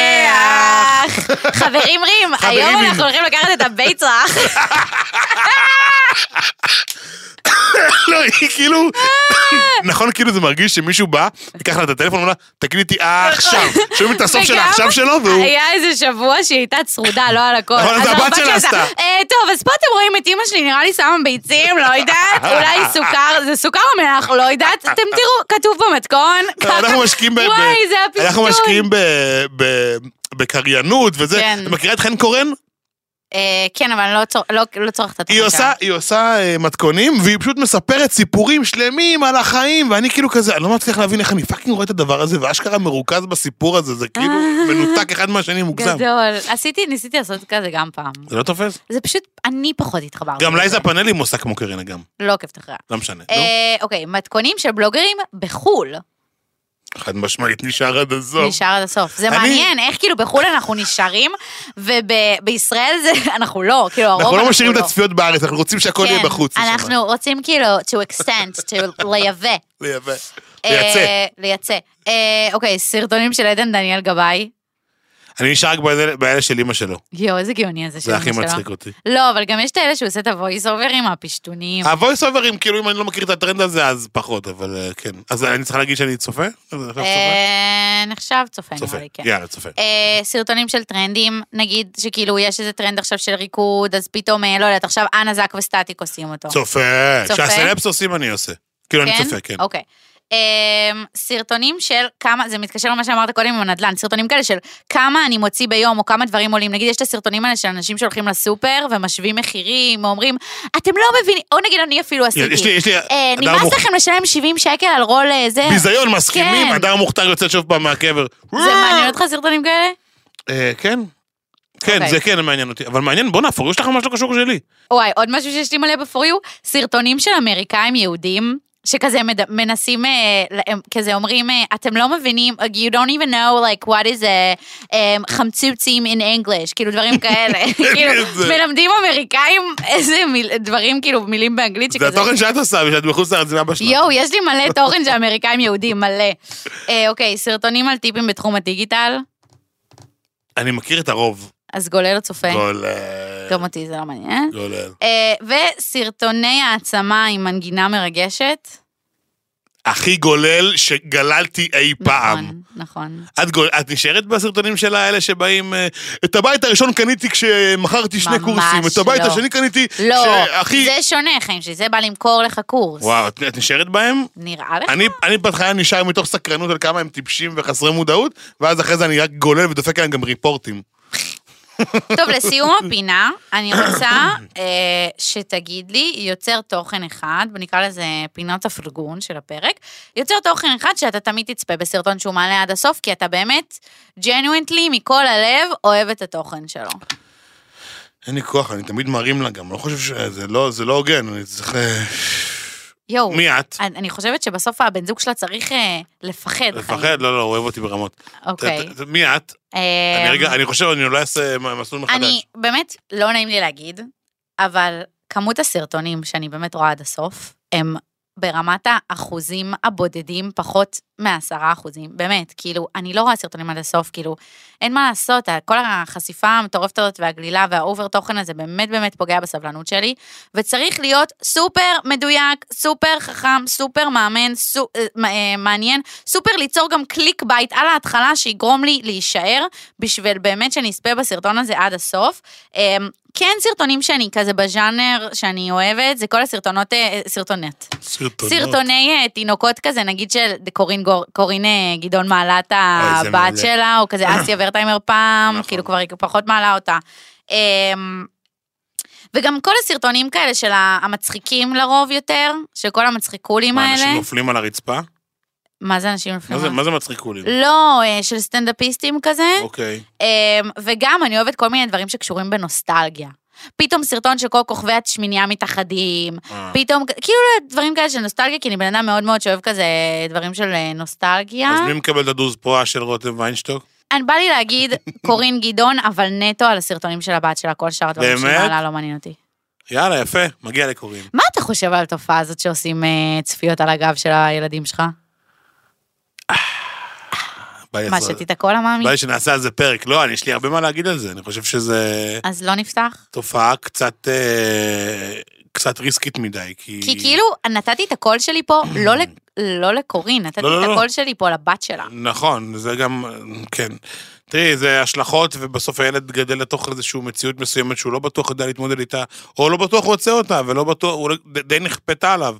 חברים רים, היום אנחנו הולכים לקחת את הביצח. לא, היא כאילו, נכון, כאילו זה מרגיש שמישהו בא, ייקח לה את הטלפון, ואומר לה, תקליטי עכשיו. שומעים את הסוף של העכשיו שלו, והוא... היה איזה שבוע שהיא הייתה צרודה, לא על הכל. נכון, זה הבת שלה עשתה. טוב, אז פה אתם רואים את אמא שלי, נראה לי שמה ביצים, לא יודעת, אולי סוכר, זה סוכר או מלח, לא יודעת, אתם תראו, כתוב במתכון. אנחנו משקיעים ב... וואי, זה הפיתוי. אנחנו משקיעים בקריינות וזה. כן. אתה מכירה את חן קורן? כן, אבל לא צורך את היא התחושה. עושה, היא עושה מתכונים, והיא פשוט מספרת סיפורים שלמים על החיים, ואני כאילו כזה, אני לא מצליח להבין איך אני פאקינג רואה את הדבר הזה, ואשכרה מרוכז בסיפור הזה, זה כאילו מנותק אחד מהשני מוגזם. גדול. עשיתי, ניסיתי לעשות כזה גם פעם. זה לא תופס? זה פשוט, אני פחות התחברתי. גם לייזה פאנלים עושה כמו קרן אגם. לא עוקבת אחריה. לא משנה, נו. אוקיי, מתכונים של בלוגרים בחול. חד משמעית נשאר עד הסוף. נשאר עד הסוף. זה אני- מעניין, איך כאילו בחול אנחנו נשארים, ובישראל זה, אנחנו לא, כאילו הרוב אנחנו אנחנו לא משאירים את הצפיות בארץ, אנחנו רוצים שהכל יהיה כן, בחוץ. אנחנו רוצים כאילו to extend, to לייבא. לייבא. אה, לייצא. לייצא. אה, אוקיי, סרטונים של עדן דניאל גבאי. אני נשאר רק באלה- באלה של אמא שלו. יואו, איזה גאוני הזה של זה הכי אמא שלו. מצחיק אותי. לא, אבל גם יש את האלה שהוא עושה את הוויס אוברים, הפשטונים. הוויס אוברים, כאילו אם אני לא מכיר את הטרנד הזה, אז פחות, אבל אה, כן. אז אני צריכה להגיד שאני צופה? אז אני עכשיו צופה? אה, נחשב צופה, צופה, נראה לי, כן. יאללה, צופה. אה, סרטונים של טרנדים, נגיד שכאילו יש איזה טרנד עכשיו של ריקוד, אז פתאום, אה, לא יודעת, עכשיו אנה זק וסטטיק עושים אותו. צופה. צופה? שהסלפס עושים אני עושה. כאילו אני צופה, כן. אוקיי. אמ, סרטונים של כמה, זה מתקשר למה שאמרת קודם עם הנדל"ן, סרטונים כאלה של כמה אני מוציא ביום, או כמה דברים עולים, נגיד יש את הסרטונים האלה של אנשים שהולכים לסופר, ומשווים מחירים, או אומרים, אתם לא מבינים, או נגיד אני אפילו יש לי, עשיתי, יש לי... אה, אדם נמאס מוכ- לכם לשלם שבעים שקל על רול אה, זה, ביזיון, מסכימים, כן. אדם מוכתר יוצא שוב פעם מהקבר. זה מעניין אותך סרטונים כאלה? אה, כן. כן, אוקיי. זה כן מעניין אותי. אבל מעניין, בוא נהפוך, יש לך משהו קשור שלי. וואי, עוד משהו שיש לי מלא בפוריו, סרטונים של אמריקאים יהודים, שכזה מד... מנסים, אה, הם כזה אומרים, אה, אתם לא מבינים, you don't even know like what is a um, חמצוצים in English, כאילו דברים כאלה, כאילו זה. מלמדים אמריקאים איזה מיל, דברים, כאילו מילים באנגלית זה שכזה, התוכן שאת עושה, ושאת בחוץ לארץ עם אבא שלך. יואו, יש לי מלא תוכן של אמריקאים יהודים, מלא. אה, אוקיי, סרטונים על טיפים בתחום הדיגיטל, אני מכיר את הרוב. אז גולל או צופה? גולל. גם אותי זה לא מעניין. גולל. אה, וסרטוני העצמה עם מנגינה מרגשת, הכי גולל שגללתי אי פעם. נכון, נכון. את, גול, את נשארת בסרטונים של האלה שבאים, את הבית הראשון קניתי כשמכרתי שני קורסים, את הבית לא. השני קניתי לא, שהכי... זה שונה, חיים שלי, זה בא למכור לך קורס. וואו, את, את נשארת בהם? נראה לך? אני, אני בהתחלה נשאר מתוך סקרנות על כמה הם טיפשים וחסרי מודעות, ואז אחרי זה אני רק גולל ודופק עליהם גם ריפורטים. טוב, לסיום הפינה, אני רוצה אה, שתגיד לי, יוצר תוכן אחד, ונקרא לזה פינות הפרגון של הפרק, יוצר תוכן אחד שאתה תמיד תצפה בסרטון שהוא מעלה עד הסוף, כי אתה באמת, ג'נואנטלי, מכל הלב, אוהב את התוכן שלו. אין לי כוח, אני תמיד מרים לה גם, לא חושב שזה לא, זה לא הוגן, אני צריך... יואו, מי את? אני, אני חושבת שבסוף הבן זוג שלה צריך אה, לפחד. לפחד? חיים. לא, לא, אוהב אותי ברמות. אוקיי. ת, ת, מי את? אה, אני רגע, אני חושב, אני אולי אעשה מסלול מחדש. אני, באמת, לא נעים לי להגיד, אבל כמות הסרטונים שאני באמת רואה עד הסוף, הם ברמת האחוזים הבודדים פחות מעשרה אחוזים, באמת, כאילו, אני לא רואה סרטונים עד הסוף, כאילו, אין מה לעשות, כל החשיפה המטורפת הזאת והגלילה והאובר תוכן הזה באמת באמת פוגע בסבלנות שלי, וצריך להיות סופר מדויק, סופר חכם, סופר מאמן, סו, מעניין, סופר ליצור גם קליק בייט על ההתחלה שיגרום לי להישאר, בשביל באמת שנספה בסרטון הזה עד הסוף. כן, סרטונים שאני כזה בז'אנר שאני אוהבת, זה כל הסרטונות, סרטונות. סרטונות. סרטוני תינוקות כזה, נגיד של קורין, קורין גדעון מעלה את הבת שלה, או כזה אסיה ורטיימר פעם, נכון. כאילו כבר היא פחות מעלה אותה. וגם כל הסרטונים כאלה של המצחיקים לרוב יותר, של כל המצחיקולים מה, האלה. אנשים נופלים על הרצפה? מה זה אנשים נופלים? מה זה, מה זה מצחיקולים? לא, של סטנדאפיסטים כזה. אוקיי. וגם אני אוהבת כל מיני דברים שקשורים בנוסטלגיה. פתאום סרטון שכל כוכבי השמיניה מתאחדים, פתאום, כאילו דברים כאלה של נוסטלגיה, כי אני בן אדם מאוד מאוד שאוהב כזה דברים של נוסטלגיה. אז מי מקבל את הדוז פרועה של רותם ויינשטוק? אני בא לי להגיד קורין גדעון, אבל נטו על הסרטונים של הבת שלה, כל שאר הדברים שמעלה לא מעניין אותי. יאללה, יפה, מגיע לקורין. מה אתה חושב על התופעה הזאת שעושים צפיות על הגב של הילדים שלך? מה, שתית הכל המאמי? בואי שנעשה על זה פרק. לא, יש לי הרבה מה להגיד על זה. אני חושב שזה... אז לא נפתח? תופעה קצת... קצת ריסקית מדי, כי... כי כאילו, נתתי את הקול שלי פה, לא לקורין, נתתי את הקול שלי פה לבת שלה. נכון, זה גם... כן. תראי, זה השלכות, ובסוף הילד גדל לתוך איזושהי מציאות מסוימת שהוא לא בטוח יודע להתמודד איתה, או לא בטוח רוצה אותה, ולא בטוח, הוא די נכפתה עליו.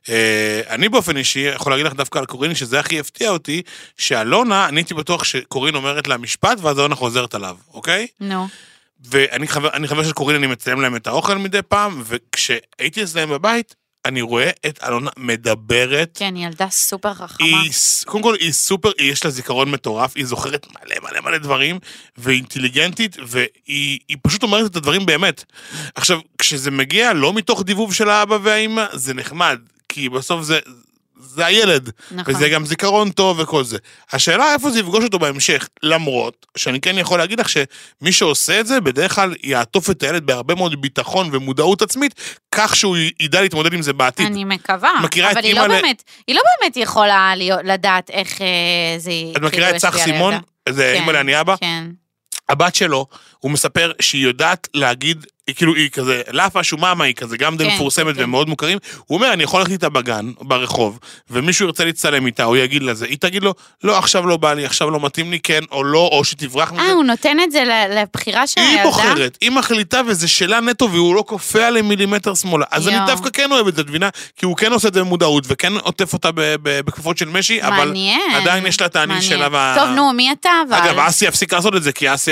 אני באופן אישי יכול להגיד לך דווקא על קורין, שזה הכי הפתיע אותי, שאלונה, אני הייתי בטוח שקורין אומרת לה משפט, ואז אלונה חוזרת עליו, אוקיי? נו. ואני חבר, אני חבר של קורין, אני מצלם להם את האוכל מדי פעם, וכשהייתי אצלם בבית, אני רואה את אלונה מדברת. כן, היא ילדה סופר חכמה. היא, קודם כל, היא סופר, יש לה זיכרון מטורף, היא זוכרת מלא מלא מלא דברים, והיא אינטליגנטית, והיא היא פשוט אומרת את הדברים באמת. עכשיו, כשזה מגיע לא מתוך דיבוב של האבא והאמא, זה נחמד, כי בסוף זה... זה הילד, נכון. וזה גם זיכרון טוב וכל זה. השאלה איפה זה יפגוש אותו בהמשך, למרות שאני כן יכול להגיד לך שמי שעושה את זה, בדרך כלל יעטוף את הילד בהרבה מאוד ביטחון ומודעות עצמית, כך שהוא ידע להתמודד עם זה בעתיד. אני מקווה, אבל היא לא, ל... באמת, היא לא באמת יכולה לדעת איך זה... את מכירה את צח סימון? זה כן, אימא לעני אבא? כן. הבת שלו, הוא מספר שהיא יודעת להגיד, כאילו היא כזה, לאפה שוממה היא כזה, גם די כן, מפורסמת כן. ומאוד מוכרים, הוא אומר, אני יכול ללכת איתה בגן, ברחוב, ומישהו ירצה להצטלם איתה, או יגיד לזה, היא תגיד לו, לא, עכשיו לא בא לי, עכשיו לא מתאים לי, כן, או לא, או שתברח מזה. אה, הוא נותן את זה לבחירה של הילדה? היא בוחרת, היא מחליטה, וזה שאלה נטו, והוא לא קופא עליהם מילימטר שמאלה. אז אני דווקא כן אוהב את זה, תבינה, כי הוא כן עושה את זה במודעות, וכן עוטף אותה בכפפות של משי, אבל עדיין יש לה את העני שלה. טוב, נו, מי אתה? אגב, אסי הפסיק לעשות את זה, כי אסי,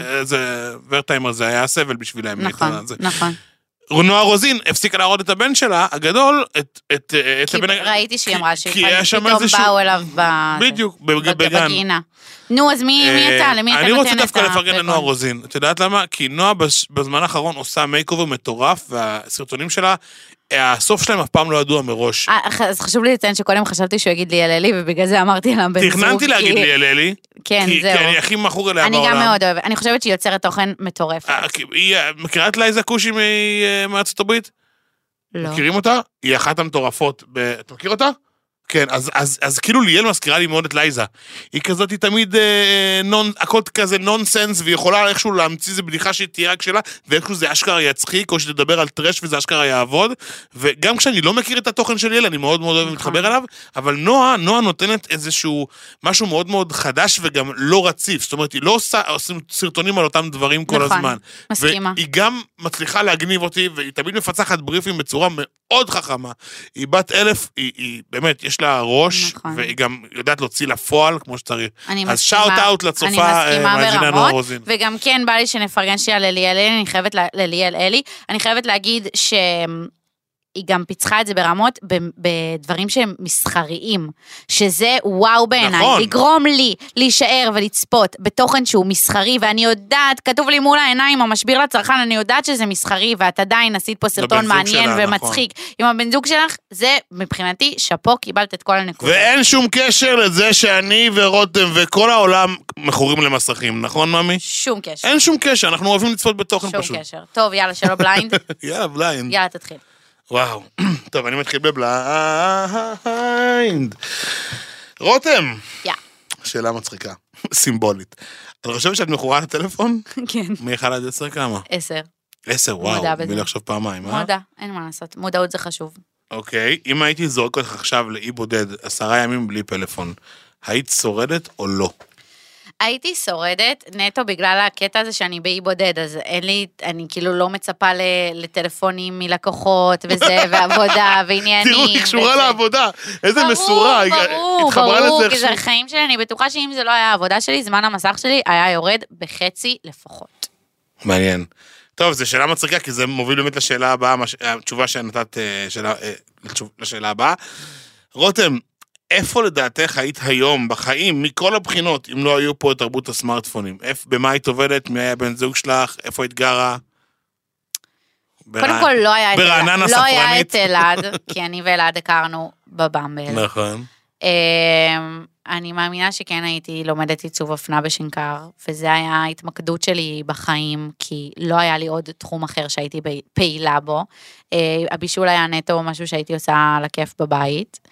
זה ורטיימר, זה היה סבל בשבילהם. נכון, נכון. נועה רוזין הפסיקה להראות את הבן שלה, הגדול, את, את, את הבן... ראיתי שהיא אמרה שפתאום באו אליו בדיוק, בגינה. נו, אז מי אתה? למי אתה נותן את הפרק? אני רוצה דווקא לפרגן לנועה רוזין. את יודעת למה? כי נועה בזמן האחרון עושה מייקובר מטורף, והסרטונים שלה, הסוף שלהם אף פעם לא ידוע מראש. אז חשוב לי לציין שקודם חשבתי שהוא יגיד לי אלילי, ובגלל זה אמרתי לה בן זוג. תכננתי להגיד לי אלילי. כן, זהו. כי אני הכי מכור אליה בעולם. אני גם מאוד אוהבת. אני חושבת שהיא יוצרת תוכן מטורף. היא מכירה את לייזה קושי מארצות הברית? לא. מכירים אותה? היא אחת המטורפות. אתה מכיר אותה? כן, אז, אז, אז כאילו ליאל מזכירה לי מאוד את לייזה. היא כזאת, היא תמיד אה, נון, הכל כזה נונסנס, והיא יכולה איכשהו להמציא איזה בדיחה שהיא תהיה רק שלה, ואיכשהו זה אשכרה יצחיק, או שתדבר על טרש וזה אשכרה יעבוד, וגם כשאני לא מכיר את התוכן של ליאל, אני מאוד מאוד אוהב להתחבר אליו, אבל נועה, נועה נותנת איזשהו משהו מאוד מאוד חדש, וגם לא רציף, זאת אומרת, היא לא עושה, עושים סרטונים על אותם דברים כל נכון, הזמן. מסכימה. והיא גם מצליחה להגניב אותי, והיא תמיד מפצחת בריפים בצורה מאוד חכמה. היא בת אלף, היא, היא באמת, יש לה ראש, נכון. והיא גם יודעת להוציא לפועל כמו שצריך. אני אז מסכימה, שאוט אאוט לצופה, אני מסכימה מאזינה נועה רוזין. וגם כן בא לי שנפרגן שנייה לליאל אלי, אני חייבת לליאל אלי, אני חייבת להגיד ש... היא גם פיצחה את זה ברמות, בדברים שהם מסחריים, שזה וואו בעיניי, נכון. לגרום לי להישאר ולצפות בתוכן שהוא מסחרי, ואני יודעת, כתוב לי מול העיניים, המשביר לצרכן, אני יודעת שזה מסחרי, ואת עדיין עשית פה סרטון מעניין שלה, ומצחיק. נכון. עם הבן זוג שלך, זה מבחינתי, שפו, קיבלת את כל הנקודות. ואין שום קשר לזה שאני ורותם וכל העולם מכורים למסכים, נכון ממי? שום קשר. אין שום קשר, אנחנו אוהבים לצפות בתוכן שום פשוט. שום קשר. טוב, יאללה, שלא בליינד. יאללה, בליינד. יאללה, תתחיל. וואו, טוב, אני מתחיל בבליינד. רותם. יא. שאלה מצחיקה, סימבולית. את חושבת שאת מכורה לטלפון? כן. מ-אחד עד עשר כמה? עשר. עשר, וואו, בלי לחשוב פעמיים, אה? מודה, אין מה לעשות, מודעות זה חשוב. אוקיי, אם הייתי זורק אותך עכשיו לאי בודד, עשרה ימים בלי פלאפון, היית שורדת או לא? הייתי שורדת נטו בגלל הקטע הזה שאני באי בודד, אז אין לי, אני כאילו לא מצפה לטלפונים מלקוחות וזה, ועבודה, ועניינים. תראו, היא קשורה לעבודה, איזה מסורה. ברור, ברור, כי זה החיים שלי, אני בטוחה שאם זה לא היה העבודה שלי, זמן המסך שלי היה יורד בחצי לפחות. מעניין. טוב, זו שאלה מצחיקה, כי זה מוביל באמת לשאלה הבאה, התשובה שנתת לשאלה הבאה. רותם, איפה לדעתך היית היום בחיים, מכל הבחינות, אם לא היו פה את תרבות הסמארטפונים? במה היית עובדת? מי היה בן זוג שלך? איפה היית גרה? קודם כל לא היה את אלעד. ברעננה ספרנית. לא היה את אלעד, כי אני ואלעד הכרנו בבמבל. נכון. אני מאמינה שכן הייתי לומדת עיצוב אופנה בשנקר, וזה היה ההתמקדות שלי בחיים, כי לא היה לי עוד תחום אחר שהייתי פעילה בו. הבישול היה נטו משהו שהייתי עושה לכיף בבית.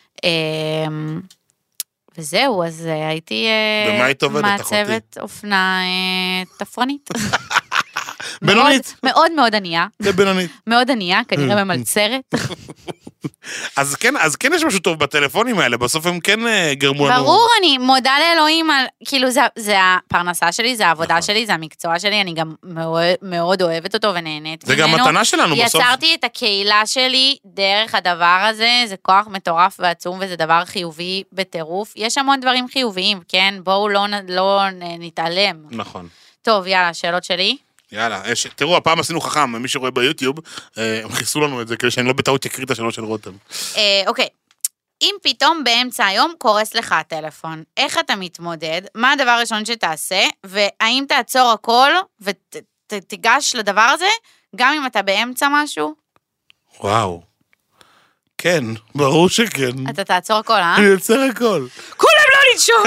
וזהו, אז הייתי מעצבת אופנה תפרנית. בינונית. מאוד מאוד ענייה. זה בינונית. מאוד ענייה, כנראה ממלצרת. אז כן, אז כן יש משהו טוב בטלפונים האלה, בסוף הם כן גרמו לנו. ברור, אני מודה לאלוהים על, כאילו זה, זה הפרנסה שלי, זה העבודה שלי, זה המקצוע שלי, אני גם מאוד, מאוד אוהבת אותו ונהנית ממנו. זה גם מתנה שלנו בסוף. יצרתי את הקהילה שלי דרך הדבר הזה, זה כוח מטורף ועצום, וזה דבר חיובי בטירוף. יש המון דברים חיוביים, כן? בואו לא, לא נתעלם. נכון. טוב, יאללה, שאלות שלי. יאללה, תראו, הפעם עשינו חכם, מי שרואה ביוטיוב, הם חיסו לנו את זה, כדי שאני לא בטעות יקריא את השאלות של רותם. אוקיי, אם פתאום באמצע היום קורס לך הטלפון, איך אתה מתמודד, מה הדבר הראשון שתעשה, והאם תעצור הכל, ותיגש לדבר הזה, גם אם אתה באמצע משהו? וואו. כן, ברור שכן. אתה תעצור הכל, אה? אני אעצור הכל. כולם לא ננשום!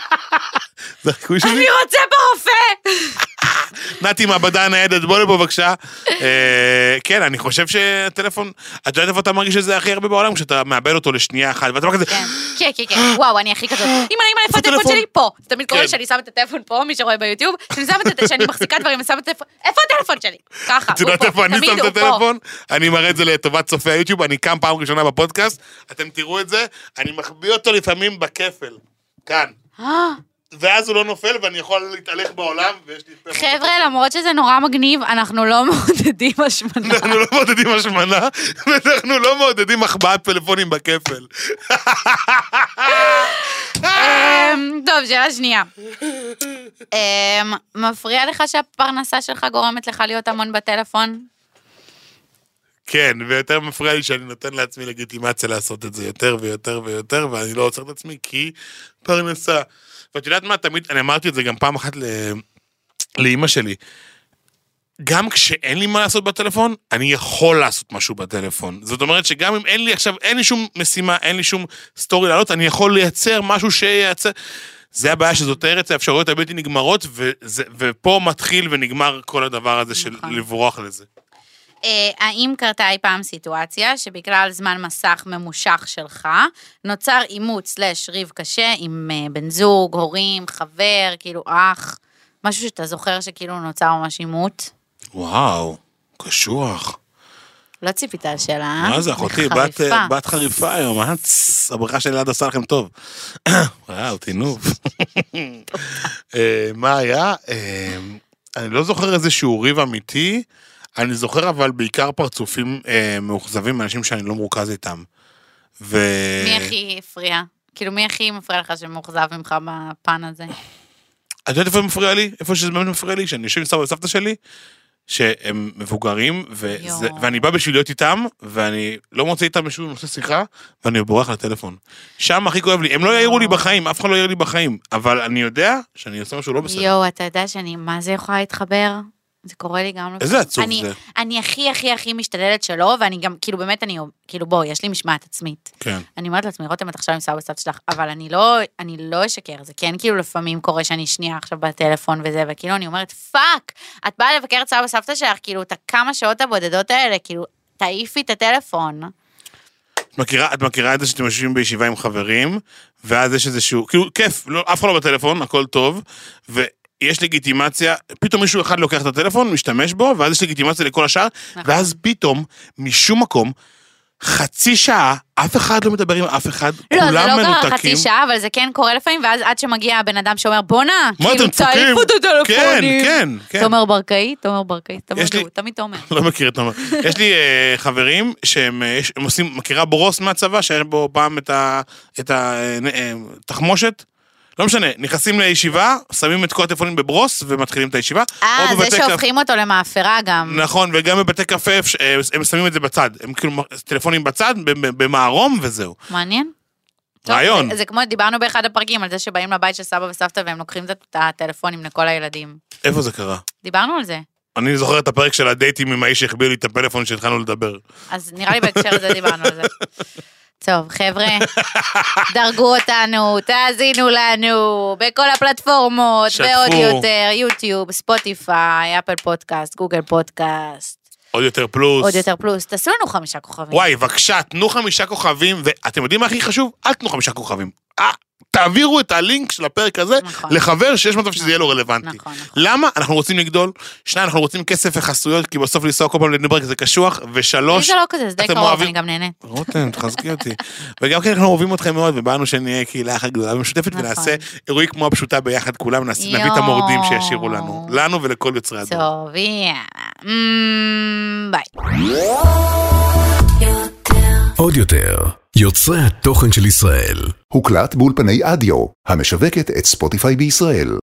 אני רוצה ברופא! נתי מעבדה הניידת, בוא לפה בבקשה. כן, אני חושב שהטלפון, את יודעת איפה אתה מרגיש שזה הכי הרבה בעולם, כשאתה מאבד אותו לשנייה אחת, ואתה אומר כזה... כן, כן, כן, וואו, אני הכי כזאת. אם אני איפה הטלפון שלי? פה. זה תמיד קורה שאני שמה את הטלפון פה, מי שרואה ביוטיוב, שאני מחזיקה דברים ושמה את הטלפון, איפה הטלפון שלי? ככה, את יודעת איפה אני שם את הטלפון? אני מראה את זה לטובת צופי היוטיוב, אני קם פעם ראשונה בפודקאסט, אתם תראו את זה, אני מחביא אותו לפעמים בכפל, כאן. ואז הוא לא נופל, ואני יכול להתהלך בעולם, ויש לי... חבר'ה, למרות שזה נורא מגניב, אנחנו לא מעודדים השמנה. אנחנו לא מעודדים השמנה, ואנחנו לא מעודדים החבאת פלאפונים בכפל. טוב, שאלה שנייה. מפריע לך שהפרנסה שלך גורמת לך להיות המון בטלפון? כן, ויותר מפריע לי שאני נותן לעצמי לגיטימציה לעשות את זה יותר ויותר ויותר, ואני לא עוצר את עצמי, כי פרנסה... ואת יודעת מה, תמיד, אני אמרתי את זה גם פעם אחת לאמא שלי, גם כשאין לי מה לעשות בטלפון, אני יכול לעשות משהו בטלפון. זאת אומרת שגם אם אין לי עכשיו, אין לי שום משימה, אין לי שום סטורי לעלות, אני יכול לייצר משהו שייצר. זה הבעיה שזאת ארץ, האפשרויות הבלתי נגמרות, וזה, ופה מתחיל ונגמר כל הדבר הזה של לברוח לזה. האם קרתה אי פעם סיטואציה שבגלל זמן מסך ממושך שלך, נוצר אימות סלש ריב קשה עם בן זוג, הורים, חבר, כאילו אח, משהו שאתה זוכר שכאילו נוצר ממש אימות? וואו, קשוח. לא ציפית על שאלה, מה זה, אחותי, בת חריפה היום, הבריכה של ליד עשה לכם טוב. וואו, תינוב. מה היה? אני לא זוכר איזשהו ריב אמיתי, אני זוכר אבל בעיקר פרצופים מאוכזבים, אנשים שאני לא מורכז איתם. מי הכי הפריע? כאילו מי הכי מפריע לך שמאוכזב ממך בפן הזה? את יודעת איפה מפריע לי? איפה שזה באמת מפריע לי? שאני יושב עם סבא וסבתא שלי, שהם מבוגרים, וזה, ואני בא בשביל להיות איתם, ואני לא מוצא איתם משהו נושא שיחה, ואני בורח לטלפון. שם הכי כואב לי, הם לא יעירו לי בחיים, אף אחד לא יעיר לי בחיים, אבל אני יודע שאני עושה משהו לא בסדר. יואו, אתה יודע שאני, מה זה יכולה להתחבר? זה קורה לי גם... איזה עצוב אני, זה. אני הכי הכי הכי משתדלת שלא, ואני גם, כאילו באמת אני, כאילו בוא, יש לי משמעת עצמית. כן. אני אומרת לעצמי, רותם, את עכשיו עם סבא וסבתא שלך, אבל אני לא, אני לא אשקר, זה כן כאילו לפעמים קורה שאני שנייה עכשיו בטלפון וזה, וכאילו אני אומרת, פאק, את באה לבקר את סבא וסבתא שלך, כאילו, את הכמה שעות הבודדות האלה, כאילו, תעיפי את הטלפון. את מכירה, את מכירה את זה שאתם יושבים בישיבה עם חברים, ואז יש איזשהו, כאילו, כיף, לא, אף אחד לא בטלפון, הכל טוב, ו... יש לגיטימציה, פתאום מישהו אחד לוקח את הטלפון, משתמש בו, ואז יש לגיטימציה לכל השאר, ואז פתאום, משום מקום, חצי שעה, אף אחד לא מדבר עם אף אחד, לא, כולם מנותקים. לא, זה לא קרה חצי שעה, אבל זה כן קורה לפעמים, ואז עד שמגיע הבן אדם שאומר, בונה, כאילו תעיפו את הטלפונים. כן, כן, כן. תומר ברקאי, תומר ברקאי, תמיד תומר. לא מכיר את תומר. יש לי חברים שהם עושים, מכירה ברוס מהצבא, שהיה בו פעם את התחמושת, לא משנה, נכנסים לישיבה, שמים את כל הטלפונים בברוס, ומתחילים את הישיבה. אה, זה שהופכים אותו למאפרה גם. נכון, וגם בבתי קפה, הם שמים את זה בצד. הם כאילו טלפונים בצד, במערום, וזהו. מעניין. רעיון. זה, זה כמו, דיברנו באחד הפרקים, על זה שבאים לבית של סבא וסבתא, והם לוקחים את הטלפונים לכל הילדים. איפה זה קרה? דיברנו על זה. אני זוכר את הפרק של הדייטים עם האיש שהחביא לי את הפלאפון שהתחלנו לדבר. אז נראה לי בהקשר הזה דיברנו על זה. טוב, חבר'ה, דרגו אותנו, תאזינו לנו, בכל הפלטפורמות, ועוד יותר, יוטיוב, ספוטיפיי, אפל פודקאסט, גוגל פודקאסט. עוד יותר פלוס. עוד יותר פלוס, תעשו לנו חמישה כוכבים. וואי, בבקשה, תנו חמישה כוכבים, ואתם יודעים מה הכי חשוב? אל תנו חמישה כוכבים. אה, תעבירו את הלינק של הפרק הזה נכון. לחבר שיש מצב שזה יהיה לו רלוונטי. נכון, נכון. למה? אנחנו רוצים לגדול, שניים, אנחנו רוצים כסף וחסויות, כי בסוף לנסוע כל פעם לדנברג זה קשוח, ושלוש... זה לא כזה, זה די קרוב, אוהבים... אני גם נהנית. רותם, תחזקי אותי. וגם כן אנחנו אוהבים אתכם מאוד, ובאנו שנהיה קהילה אחת גדולה ומשותפת, נכון. ונעשה אירועי כמו הפשוטה ביחד, כולם נביא את המורדים שישירו לנו, לנו ולכל יוצרי הדור. טוב, יאללה. ביי. עוד יותר, יוצרי התוכן של ישראל. הוקלט באולפני אדיו, המשווקת את ספוטיפיי בישראל.